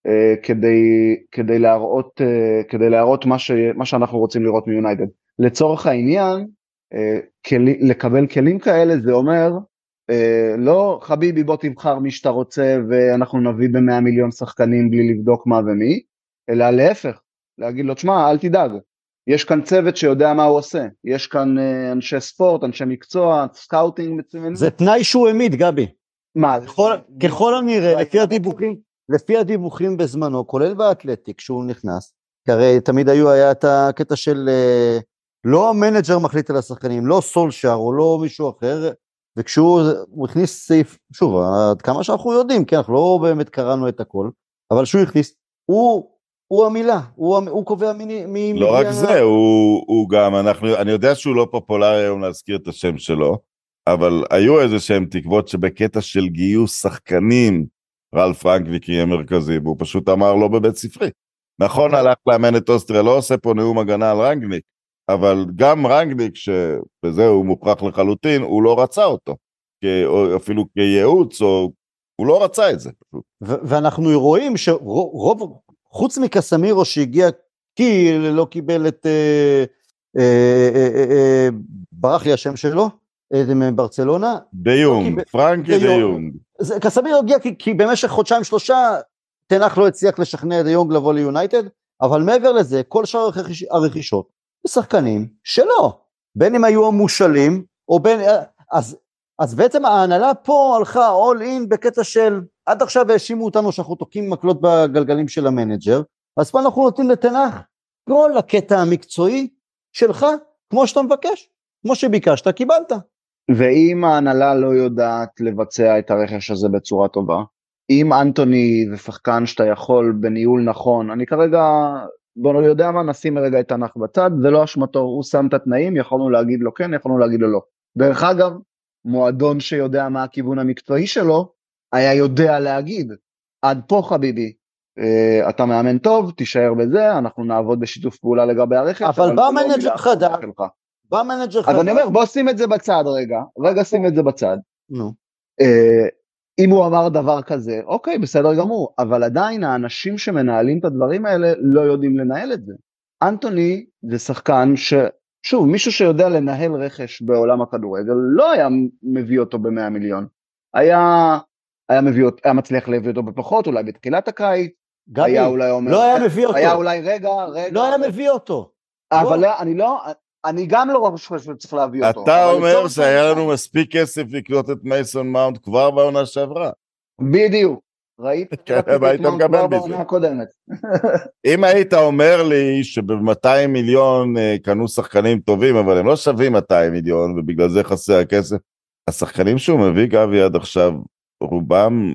כדי להראות מה שאנחנו רוצים לראות מיונייטד. לצורך העניין, לקבל כלים כאלה זה אומר, לא חביבי בוא תבחר מי שאתה רוצה ואנחנו נביא ב100 מיליון שחקנים בלי לבדוק מה ומי, אלא להפך, להגיד לו תשמע אל תדאג, יש כאן צוות שיודע מה הוא עושה, יש כאן אנשי ספורט, אנשי מקצוע, סקאוטינג מצוין. זה תנאי שהוא העמיד גבי. מה? ככל הנראה, לפי הדיווחים בזמנו, כולל באתלטיק שהוא נכנס, כי הרי תמיד היה את הקטע של לא המנג'ר מחליט על השחקנים, לא סולשר או לא מישהו אחר, וכשהוא הכניס סעיף, שוב, עד כמה שאנחנו יודעים, כן, אנחנו לא באמת קראנו את הכל, אבל שהוא הכניס, הוא המילה, הוא קובע מי... לא רק זה, הוא גם, אני יודע שהוא לא פופולרי היום להזכיר את השם שלו, אבל היו איזה שהם תקוות שבקטע של גיוס שחקנים, רלף רנגניק יהיה מרכזי, והוא פשוט אמר לא בבית ספרי. נכון, הלך לאמן את אוסטריה, לא עושה פה נאום הגנה על רנגניק, אבל גם רנגניק, שבזה הוא מוכרח לחלוטין, הוא לא רצה אותו, אפילו כייעוץ, הוא לא רצה את זה. ואנחנו רואים שרוב, חוץ מקסמירו שהגיע, כי לא קיבל את, ברח לי השם שלו, ברצלונה. דיונג, פרנקי דיונג. קסמירו הגיע כי במשך חודשיים שלושה, תנח לא הצליח לשכנע את דיונג לבוא ליונייטד, אבל מעבר לזה, כל שאר הרכישות, שחקנים שלא, בין אם היו המושלים, או בין, אז בעצם ההנהלה פה הלכה all in בקטע של, עד עכשיו האשימו אותנו שאנחנו תוקעים מקלות בגלגלים של המנג'ר, אז פה אנחנו נותנים לתנח, כל הקטע המקצועי שלך, כמו שאתה מבקש, כמו שביקשת, קיבלת. ואם ההנהלה לא יודעת לבצע את הרכש הזה בצורה טובה, אם אנטוני זה שחקן שאתה יכול בניהול נכון, אני כרגע, בוא יודע מה, נשים רגע את תנ"ך בצד, זה לא אשמתו, הוא שם את התנאים, יכולנו להגיד לו כן, יכולנו להגיד לו לא. דרך אגב, מועדון שיודע מה הכיוון המקצועי שלו, היה יודע להגיד, עד פה חביבי, אתה מאמן טוב, תישאר בזה, אנחנו נעבוד בשיתוף פעולה לגבי הרכש, אבל בא מנג'ר חדש, אז אני אומר, בוא שים את זה בצד רגע שים את זה בצד. נו. אם הוא אמר דבר כזה, אוקיי, בסדר גמור, אבל עדיין האנשים שמנהלים את הדברים האלה לא יודעים לנהל את זה. אנטוני זה שחקן שוב, מישהו שיודע לנהל רכש בעולם הכדורגל, לא היה מביא אותו ב100 מיליון. היה מצליח להביא אותו בפחות, אולי בתחילת הקיץ. גבי, לא היה מביא אותו. היה אולי רגע. לא היה מביא אותו. אבל אני גם לא חושב שצריך להביא אותו. אתה אומר שהיה לנו מספיק כסף לקנות את מייסון מאונט כבר בעונה שעברה. בדיוק. ראית? כבר בעונה הקודמת. אם היית אומר לי שב-200 מיליון קנו שחקנים טובים, אבל הם לא שווים 200 מיליון, ובגלל זה חסר הכסף, השחקנים שהוא מביא גבי עד עכשיו, רובם,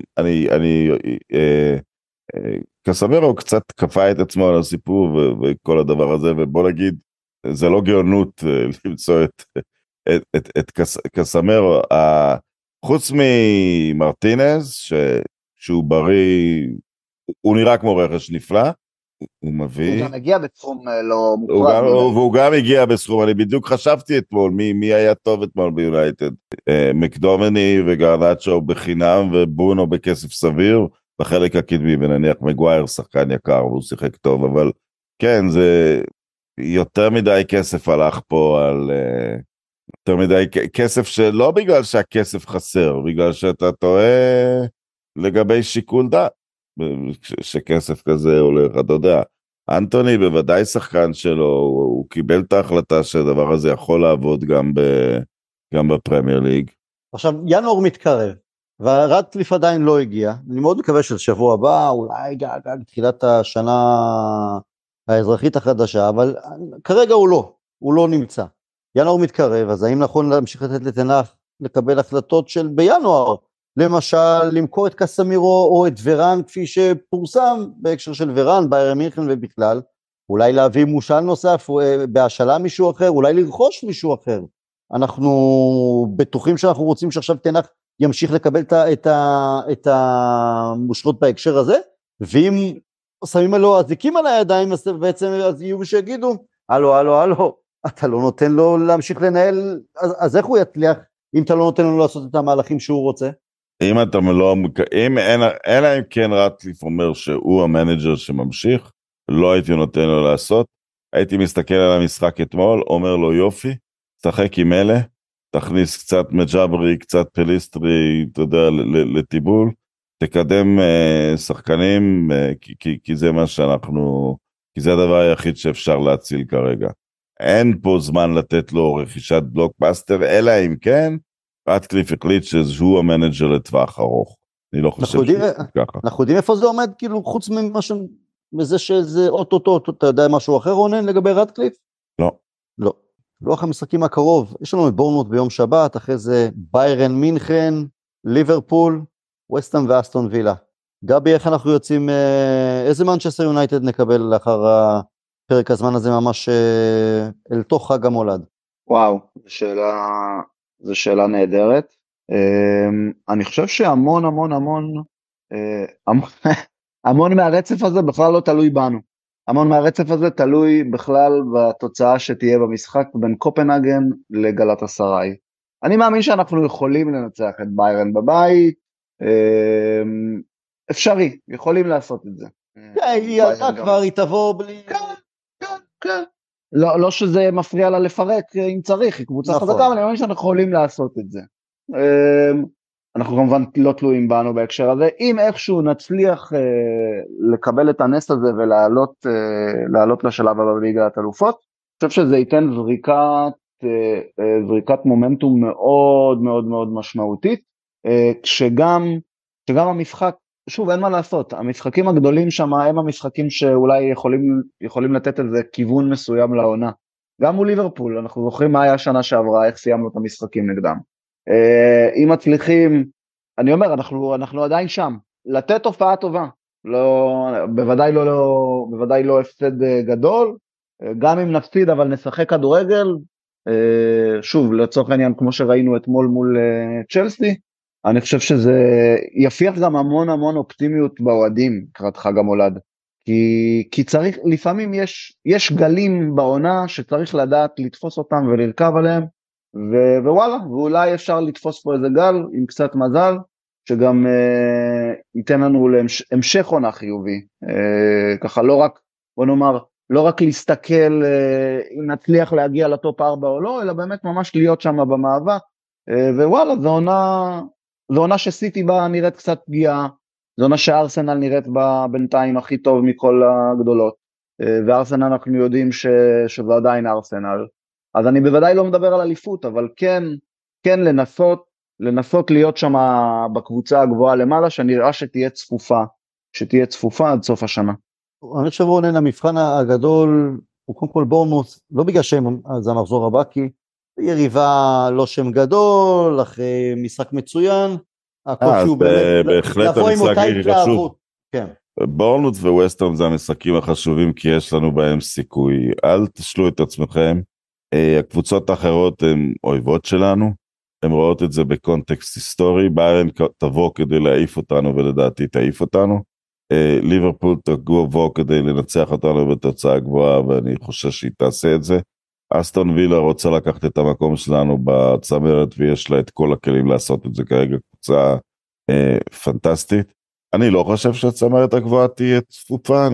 קסמרו קצת כפה את עצמו על הסיפור וכל הדבר הזה, ובוא נגיד, זה לא גאונות למצוא את קסמרו, חוץ ממרטינז, שהוא בריא, הוא נראה כמו רכש נפלא, הוא מביא... הוא גם הגיע בסכום לא מופרד. והוא גם הגיע בסכום, אני בדיוק חשבתי אתמול, מי היה טוב אתמול ביונייטד, מקדומני וגרנצ'ו בחינם, ובונו בכסף סביר, בחלק הקדמי, ונניח מגווייר שחקן יקר, והוא שיחק טוב, אבל כן, זה יותר מדי כסף הלך פה על... יותר מדי כסף שלא בגלל שהכסף חסר, בגלל שאתה טועה לגבי שיקול דעת, שכסף כזה הולך, אתה יודע, אנטוני בוודאי שחקן שלו, הוא קיבל את ההחלטה שהדבר הזה יכול לעבוד גם בפרמייר ליג. עכשיו, ינואר מתקרב, ורדקליף עדיין לא הגיע, אני מאוד מקווה של שבוע הבא, אולי גג תחילת השנה האזרחית החדשה, אבל כרגע הוא לא נמצא. ינואר מתקרב, אז האם נכון להמשיך לתת לתנ"ך לקבל החלטות של בינואר, למשל למכור את קסמירו או את ורן כפי שפורסם בהקשר של ורן, ביירן מינכן ובכלל, אולי להביא מושל נוסף, בהשאלה מישהו אחר, אולי לרכוש מישהו אחר. אנחנו בטוחים שאנחנו רוצים שעכשיו תנ"ך ימשיך לקבל את המושכות בהקשר הזה, ואם שמים עליו אזיקים על הידיים, בעצם אז יהיו שיגידו, הלו, אתה לא נותן לו להמשיך לנהל, אז איך הוא יצליח אם אתה לא נותן לו לעשות את המהלכים שהוא רוצה? אלא אם כן רטקליף אומר שהוא המנג'ר שממשיך, לא הייתי נותן לו לעשות, הייתי מסתכל על המשחק אתמול, אומר לו יופי, תשחק עם אלה, תכניס קצת מג'אברי, קצת פליסטרי, אתה יודע, לטיבול, תקדם שחקנים, כי זה מה שאנחנו, כי זה הדבר היחיד שאפשר להציל כרגע. אין פה זמן לתת לו רכישת בלוקבאסטר, אלא אם כן, רטקליף החליט שהוא המנג'ר לטווח ארוך. אני לא חושב ככה. אנחנו יודעים איפה זה עומד, כאילו חוץ מזה שזה אוטוטו, אתה יודע משהו אחר רונן לגבי רטקליף? לא. לוח המשחקים הקרוב, יש לנו את בורנמוט ביום שבת, אחרי זה ביירן מינכן, ליברפול, וסטהאם ואסטון וילה. גבי, איך אנחנו יוצאים, איזה מנצ'סטר יונייטד נקבל לאחר פרק הזמן הזה ממש אל תוך חג המולד? וואו, זו שאלה נהדרת. אני חושב שהמון מהרצף הזה בכלל לא תלוי בנו. המון מהרצף הזה תלוי בכלל בתוצאה שתהיה במשחק בין קופנהגן לגלאטסראי. אני מאמין שאנחנו יכולים לנצח את ביירן בבית, אפשרי, יכולים לעשות את זה. היא עלתה כבר, היא תבוא בלי... כן. לא שזה מפריע לה לפרק אם צריך, היא קבוצה חזקה, אבל אני מאמין שאנחנו יכולים לעשות את זה. אנחנו כמובן לא תלויים בנו בהקשר הזה, אם איכשהו נצליח לקבל את הנס הזה ולעלות לשלב הבא בליגת אלופות, אני חושב שזה ייתן זריקת מומנטום מאוד מאוד מאוד משמעותית, כשגם המשחק, שוב אין מה לעשות, המשחקים הגדולים שם הם המשחקים שאולי יכולים לתת איזה כיוון מסוים לעונה, גם מול ליברפול, אנחנו זוכרים מה היה שנה שעברה, איך סיימנו את המשחקים נגדם. אם מצליחים, אני אומר, אנחנו עדיין שם, לתת הופעה טובה, בוודאי לא הפסד גדול, גם אם נפסיד אבל נשחק כדורגל, שוב לצורך העניין כמו שראינו אתמול מול צ'לסי, אני חושב שזה יפיח גם המון אופטימיות באוהדים לקראת חג המולד, כי צריך, לפעמים יש גלים בעונה שצריך לדעת לתפוס אותם ולרכב עליהם, ווואלה, ואולי אפשר לתפוס פה איזה גל עם קצת מזל, שגם ייתן לנו המשך עונה חיובי, ככה לא רק, בוא נאמר, לא רק להסתכל אם נצליח להגיע לטופ 4 או לא, אלא באמת ממש להיות שם במאבק, ווואלה, זו עונה שסיטי בה נראית קצת פגיעה, זו עונה שארסנל נראית בה בינתיים הכי טוב מכל הגדולות, וארסנל אנחנו יודעים שזה עדיין ארסנל, אז אני בוודאי לא מדבר על אליפות, אבל כן לנסות להיות שם בקבוצה הגבוהה למעלה, שנראה שתהיה צפופה עד סוף השנה. אני חושב רונן, המבחן הגדול הוא קודם כל בורנמות', לא בגלל שהם זה המחזור הבא, כי יריבה לא שם גדול, אחרי משחק מצוין, הקושי הוא באמת בהחלט המשחק הכי חשוב. כן. בורנמות' וווסטהאם זה המשחקים החשובים, כי יש לנו בהם סיכוי. אל תשלו את עצמכם, הקבוצות האחרות הן אויבות שלנו, הן רואות את זה בקונטקסט היסטורי, בהן תבוא כדי להעיף אותנו ולדעתי תעיף אותנו, ליברפול תבוא כדי לנצח אותנו בתוצאה גבוהה ואני חושב שהיא תעשה את זה, אסטון וילה רוצה לקחת את המקום שלנו בצמרת ויש לה את כל הכלים לעשות את זה כרגע, קבוצה פנטסטית, אני לא חושב שהצמרת הגבוהה תהיה צפופה,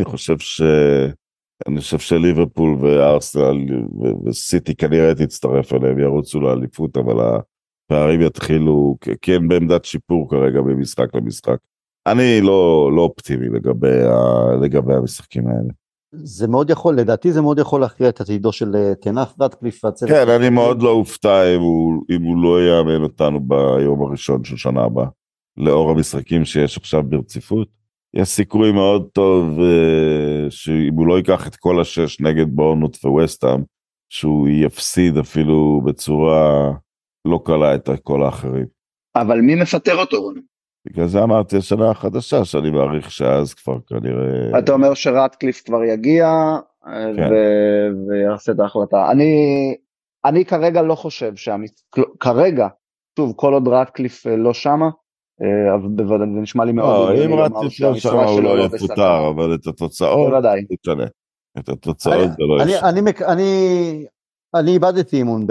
אני חושב שליברפול וארסנל וסיטי כנראה תצטרף אליהם, ירוצו לאליפות, אבל הפערים יתחילו, כי הם בעמדת שיפור כרגע ממשחק למשחק. אני לא אופטימי לגבי המשחקים האלה. זה מאוד יכול, לדעתי זה מאוד יכול להכריע את עתידו של תנח רטקליף. כן, אני מאוד לא אופתע אם הוא לא יאמן אותנו ביום הראשון של שנה הבאה, לאור המשחקים שיש עכשיו ברציפות. יש סיכוי מאוד טוב שאם הוא לא ייקח את כל 6 נגד בורנמות' וווסטהאם, שהוא יפסיד אפילו בצורה לא קלה את כל האחרים. אבל מי מפטר אותו? בגלל זה אמרתי השנה החדשה, שאני מעריך שאז כבר כנראה... אתה אומר שרטקליף כבר יגיע, כן. ויעשה את ההחלטה. אני כרגע לא חושב כרגע, שוב, כל עוד רטקליף לא שמה, אז בוודאי זה נשמע לי מאוד... אם רטקליף לא שמה הוא לא יפוטר, אבל את התוצאות... בוודאי. תשנה. את התוצאות זה לא ישנה. אני איבדתי אימון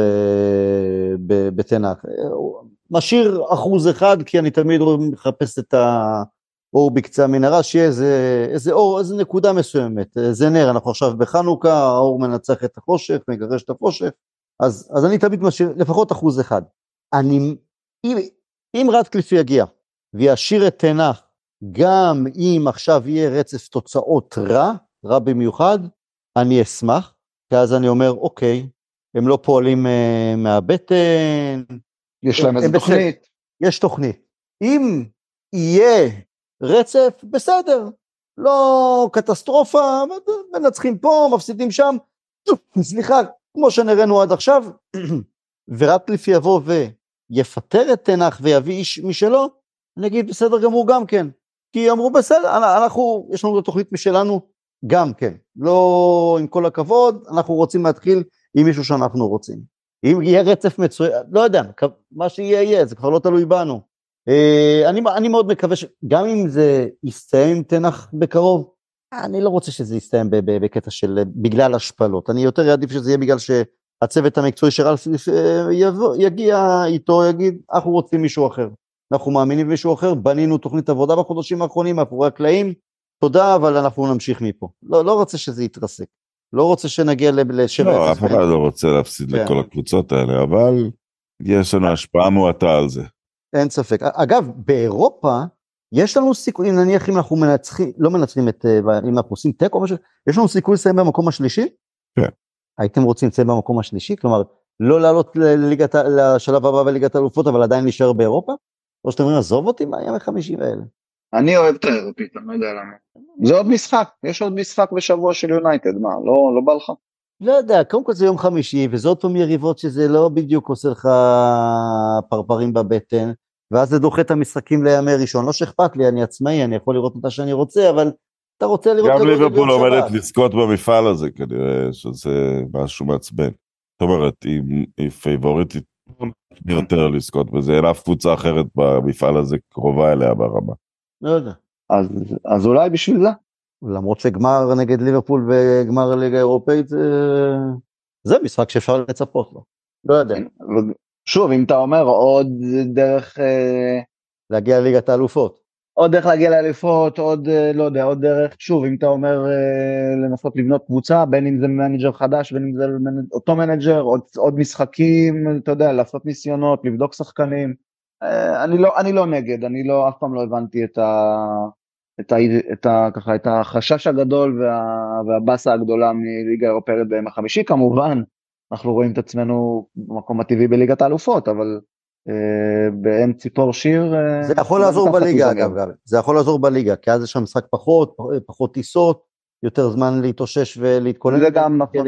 בתנח. משאיר 1%, כי אני תמיד מחפש את האור בקצה המנהרה, שיהיה איזה אור, איזה נקודה מסוימת, זה נר, אנחנו עכשיו בחנוכה, האור מנצח את החושך, מגרש את החושך, אז אני תמיד משאיר לפחות 1%. אם רטקליף יגיע, וישאיר את תנח, גם אם עכשיו יהיה רצף תוצאות רע במיוחד, אני אשמח, כי אז אני אומר, אוקיי, הם לא פועלים מהבטן, יש להם איזה תוכנית. יש תוכנית. אם יהיה רצף, בסדר. לא קטסטרופה, מנצחים פה, מפסידים שם. סליחה, כמו שנראינו עד עכשיו, ורטקליף יבוא ויפטר את תנח ויביא איש משלו, נגיד בסדר גמור גם כן. כי אמרו בסדר, יש לנו תוכנית משלנו גם כן. לא עם כל הכבוד, אנחנו רוצים להתחיל עם מישהו שאנחנו רוצים. אם יהיה רצף מצוין, לא יודע, מה שיהיה, זה כבר לא תלוי בנו. אני מאוד מקווה שגם אם זה יסתיים עם תנח בקרוב, אני לא רוצה שזה יסתיים בקטע של בגלל השפלות, אני יותר יעדיף שזה יהיה בגלל שהצוות המקצועי שרלף יגיע איתו, יגיד, אנחנו רוצים מישהו אחר, אנחנו מאמינים במישהו אחר, בנינו תוכנית עבודה בחודשים האחרונים, מאחורי הקלעים, תודה, אבל אנחנו נמשיך מפה. לא רוצה שזה יתרסק. לא רוצה שנגיע לשבע. לא, אף אחד לא רוצה להפסיד לכל הקבוצות האלה, אבל יש לנו השפעה מועטה על זה. אין ספק. אגב, באירופה, יש לנו סיכוי, נניח אם אנחנו מנצחים, לא מנצחים אם אנחנו עושים טק או משהו, יש לנו סיכוי לסיים במקום השלישי? כן. הייתם רוצים לסיים במקום השלישי? כלומר, לא לעלות לשלב הבא בליגת האלופות, אבל עדיין להישאר באירופה? או שאתם אומרים, עזוב אותי מהימים החמישים האלה. אני אוהב את האירופית, אני לא יודע למה. זה עוד משחק, יש עוד משחק בשבוע של יונייטד, מה, לא בא לך? לא יודע, קודם כל זה יום חמישי, וזה עוד פעם יריבות שזה לא בדיוק עושה לך פרפרים בבטן, ואז זה דוחה את המשחקים לימי ראשון, לא שאכפת לי, אני עצמאי, אני יכול לראות אותה שאני רוצה, אבל אתה רוצה לראות גם כדורגל ליברפול ביום עומדת שבת. לזכות במפעל הזה, כנראה שזה משהו מעצבן. זאת אומרת, היא פייבוריטית יותר לזכות בזה, אין אף קבוצה אחרת במפעל הזה קרובה אליה ברמה. לא יודע. אז אולי בשביל זה. למרות שגמר נגד ליברפול וגמר הליגה האירופאית, זה משחק שאפשר לצפות לו. לא יודע. שוב, אם אתה אומר עוד דרך... להגיע לליגת האלופות. עוד דרך להגיע לאליפות, עוד, לא יודע, עוד דרך, שוב, אם אתה אומר לנסות לבנות קבוצה, בין אם זה מנג'ר חדש, בין אם זה אותו מנג'ר, עוד משחקים, אתה יודע, לעשות ניסיונות, לבדוק שחקנים, אני לא נגד, אף פעם לא הבנתי ככה, את החשש הגדול והבאסה הגדולה מליגה אירופאית ביום החמישי, כמובן, אנחנו רואים את עצמנו במקום הטבעי בליגת האלופות, אבל בעין ציפור שיר... זה יכול לעזור בליגה אגב, זה יכול לעזור בליגה, כי אז יש שם משחק פחות טיסות, יותר זמן להתאושש ולהתכונן. זה גם נכון,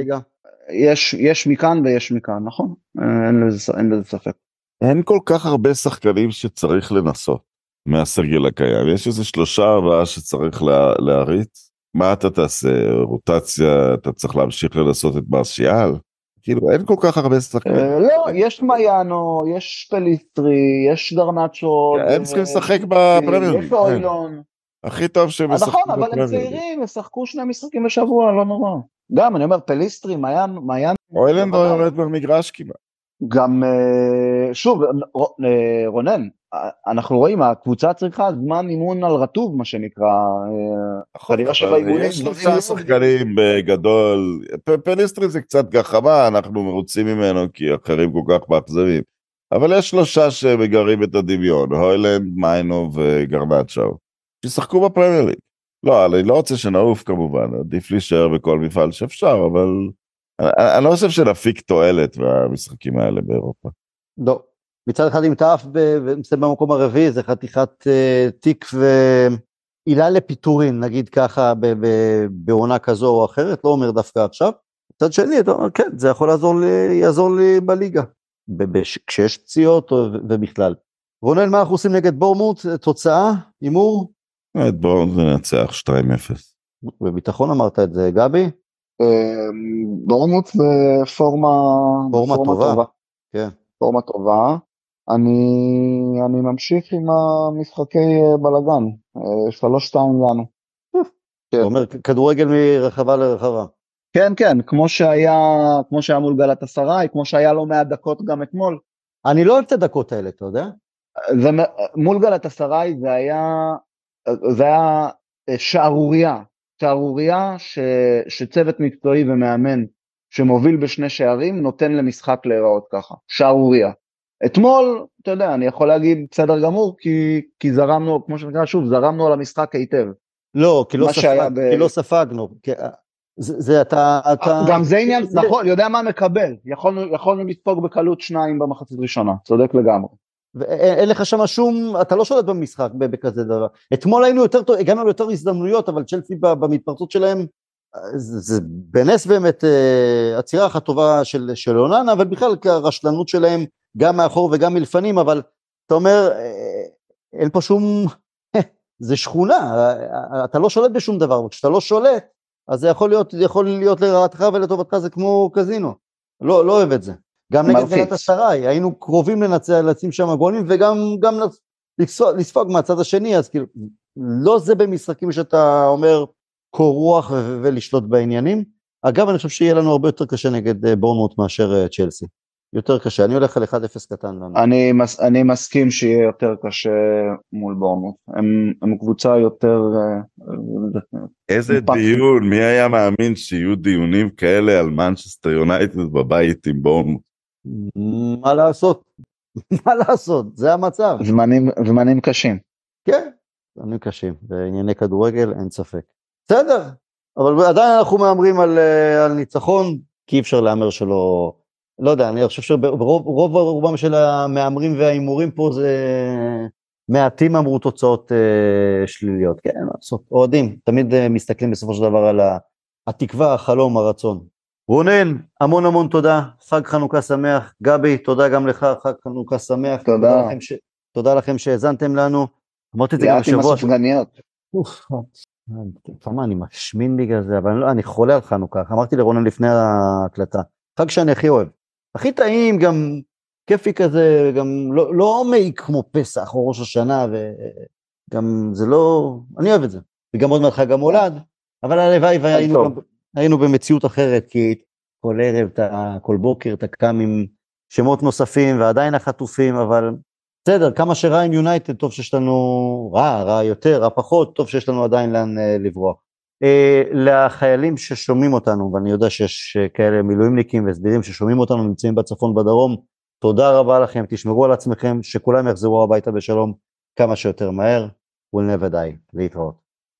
יש מכאן ויש מכאן, נכון? אין לזה ספק. אין כל כך הרבה שחקנים שצריך לנסות מהסגל הקיים, יש איזה 3-4 שצריך להריץ, מה אתה תעשה? רוטציה, אתה צריך להמשיך לנסות את מרשיאל? כאילו, אין כל כך הרבה שחקנים. לא, יש מייאנו, יש פליסטרי, יש גרנצ'ו. הם צריכים לשחק בפרמייר ליג. יש אוילון. הכי טוב שהם ישחקו בפרמייר ליג. נכון, אבל הם צעירים, ישחקו 2 משחקים בשבוע, לא נורא. גם, אני אומר, פליסטרי, מייאנו. אוילן לא יורד במגרש כמעט. גם, שוב, רונן, אנחנו רואים, הקבוצה צריכה זמן אימון על רטוב, מה שנקרא, כנראה שבאימונים... יש 3 שחקנים בגדול, פליסטרי זה קצת גחמה, אנחנו מרוצים ממנו כי אחרים כל כך מאכזבים, אבל יש 3 שמגרים את הדמיון, הוילנד, מיינו וגרנצ'ו, שישחקו בפרמייר ליג. לא, אני לא רוצה שנעוף כמובן, עדיף להישאר בכל מפעל שאפשר, אבל אני לא חושב שנפיק תועלת מהמשחקים האלה באירופה. לא. מצד אחד אם תעף במקום הרביעי, זה חתיכת תיק ועילה לפיטורין, נגיד ככה, בעונה כזו או אחרת, לא אומר דווקא עכשיו. מצד שני, אתה אומר, כן, זה יכול יעזור לי בליגה, כשיש פציעות ובכלל. רונן, מה אנחנו עושים נגד בורמוט? תוצאה, הימור? את בורמוט ננצח 2-0. בביטחון אמרת את זה, גבי? בורמוט זה פורמה טובה. כן. פורמה טובה. אני ממשיך עם המשחקי בלגן, 3-2 לנו. אתה אומר כדורגל מרחבה לרחבה. כן, כן, כמו שהיה מול גלת אסריי, כמו שהיה לו 100 דקות גם אתמול. אני לא אוהב את הדקות האלה, אתה יודע? מול גלת אסריי זה היה שערוריה שצוות מקצועי ומאמן שמוביל ב2 שערים נותן למשחק להיראות ככה, שערוריה. אתמול, אתה יודע, אני יכול להגיד בסדר גמור, כי זרמנו, כמו שנקרא שוב, זרמנו על המשחק היטב. לא, כי לא ספגנו. גם זה עניין, נכון, יודע מה מקבל, יכולנו לספוג בקלות 2 במחצית ראשונה, צודק לגמרי. ואין לך שם שום, אתה לא שולט במשחק בכזה דבר. אתמול היינו יותר טוב, הגענו ליותר הזדמנויות, אבל צ'לסי במתפרצות שלהם, זה בנס באמת עצירה אחת טובה של אוננה, אבל בכלל הרשלנות שלהם גם מאחור וגם מלפנים, אבל אתה אומר, אין פה שום, זה שכונה, אתה לא שולט בשום דבר, וכשאתה לא שולט, אז זה יכול להיות לרעתך ולטובתך, זה כמו קזינו, לא אוהב את זה. גם נגד גלת אסריי, היינו קרובים לשים שם גולים, וגם לספוג מהצד השני, אז כאילו, לא זה במשחקים שאתה אומר, קור רוח ולשלוט בעניינים. אגב, אני חושב שיהיה לנו הרבה יותר קשה נגד בורנמוט מאשר צ'לסי. יותר קשה, אני הולך על 1-0 קטן לנו. אני מסכים שיהיה יותר קשה מול בורנמוט. הם קבוצה יותר... איזה דיון, מי היה מאמין שיהיו דיונים כאלה על מנצ'סטר יונייטד בבית עם בורנמוט? מה לעשות, זה המצב. זמנים קשים. כן, זמנים קשים, בענייני כדורגל אין ספק. בסדר, אבל עדיין אנחנו מאמרים על ניצחון, כי אי אפשר לאמר שלא, לא יודע, אני חושב רובם של המאמרים והאימורים פה זה מעטים אמרו תוצאות שליליות, כן, אוהדים, תמיד מסתכלים בסופו של דבר על התקווה, החלום, הרצון. רונן, המון תודה, חג חנוכה שמח, גבי, תודה גם לך, חג חנוכה שמח. תודה. תודה לכם שהאזנתם לנו, אמרתי את זה גם לאט עם בשבוע, הסופגניות. כמה אני משמין בגלל זה, אבל אני חולה על חנוכה, אמרתי לרונן לפני ההקלטה, חג שאני הכי אוהב, הכי טעים, גם כיפי כזה, גם לא מעיק כמו פסח או ראש השנה, וגם זה לא, אני אוהב את זה, וגם עוד מעט חג המולד, אבל הלוואי והיינו במציאות אחרת, כי כל ערב, כל בוקר אתה קם עם שמות נוספים, ועדיין החטופים, אבל בסדר, כמה שרע עם יונייטד, טוב שיש לנו, רע יותר, רע פחות, טוב שיש לנו עדיין לאן לברוח. לחיילים ששומעים אותנו, ואני יודע שיש כאלה מילואימניקים וסדירים ששומעים אותנו, נמצאים בצפון בדרום, תודה רבה לכם, תשמרו על עצמכם, שכולם יחזרו הביתה בשלום כמה שיותר מהר, we'll never die, להתראות.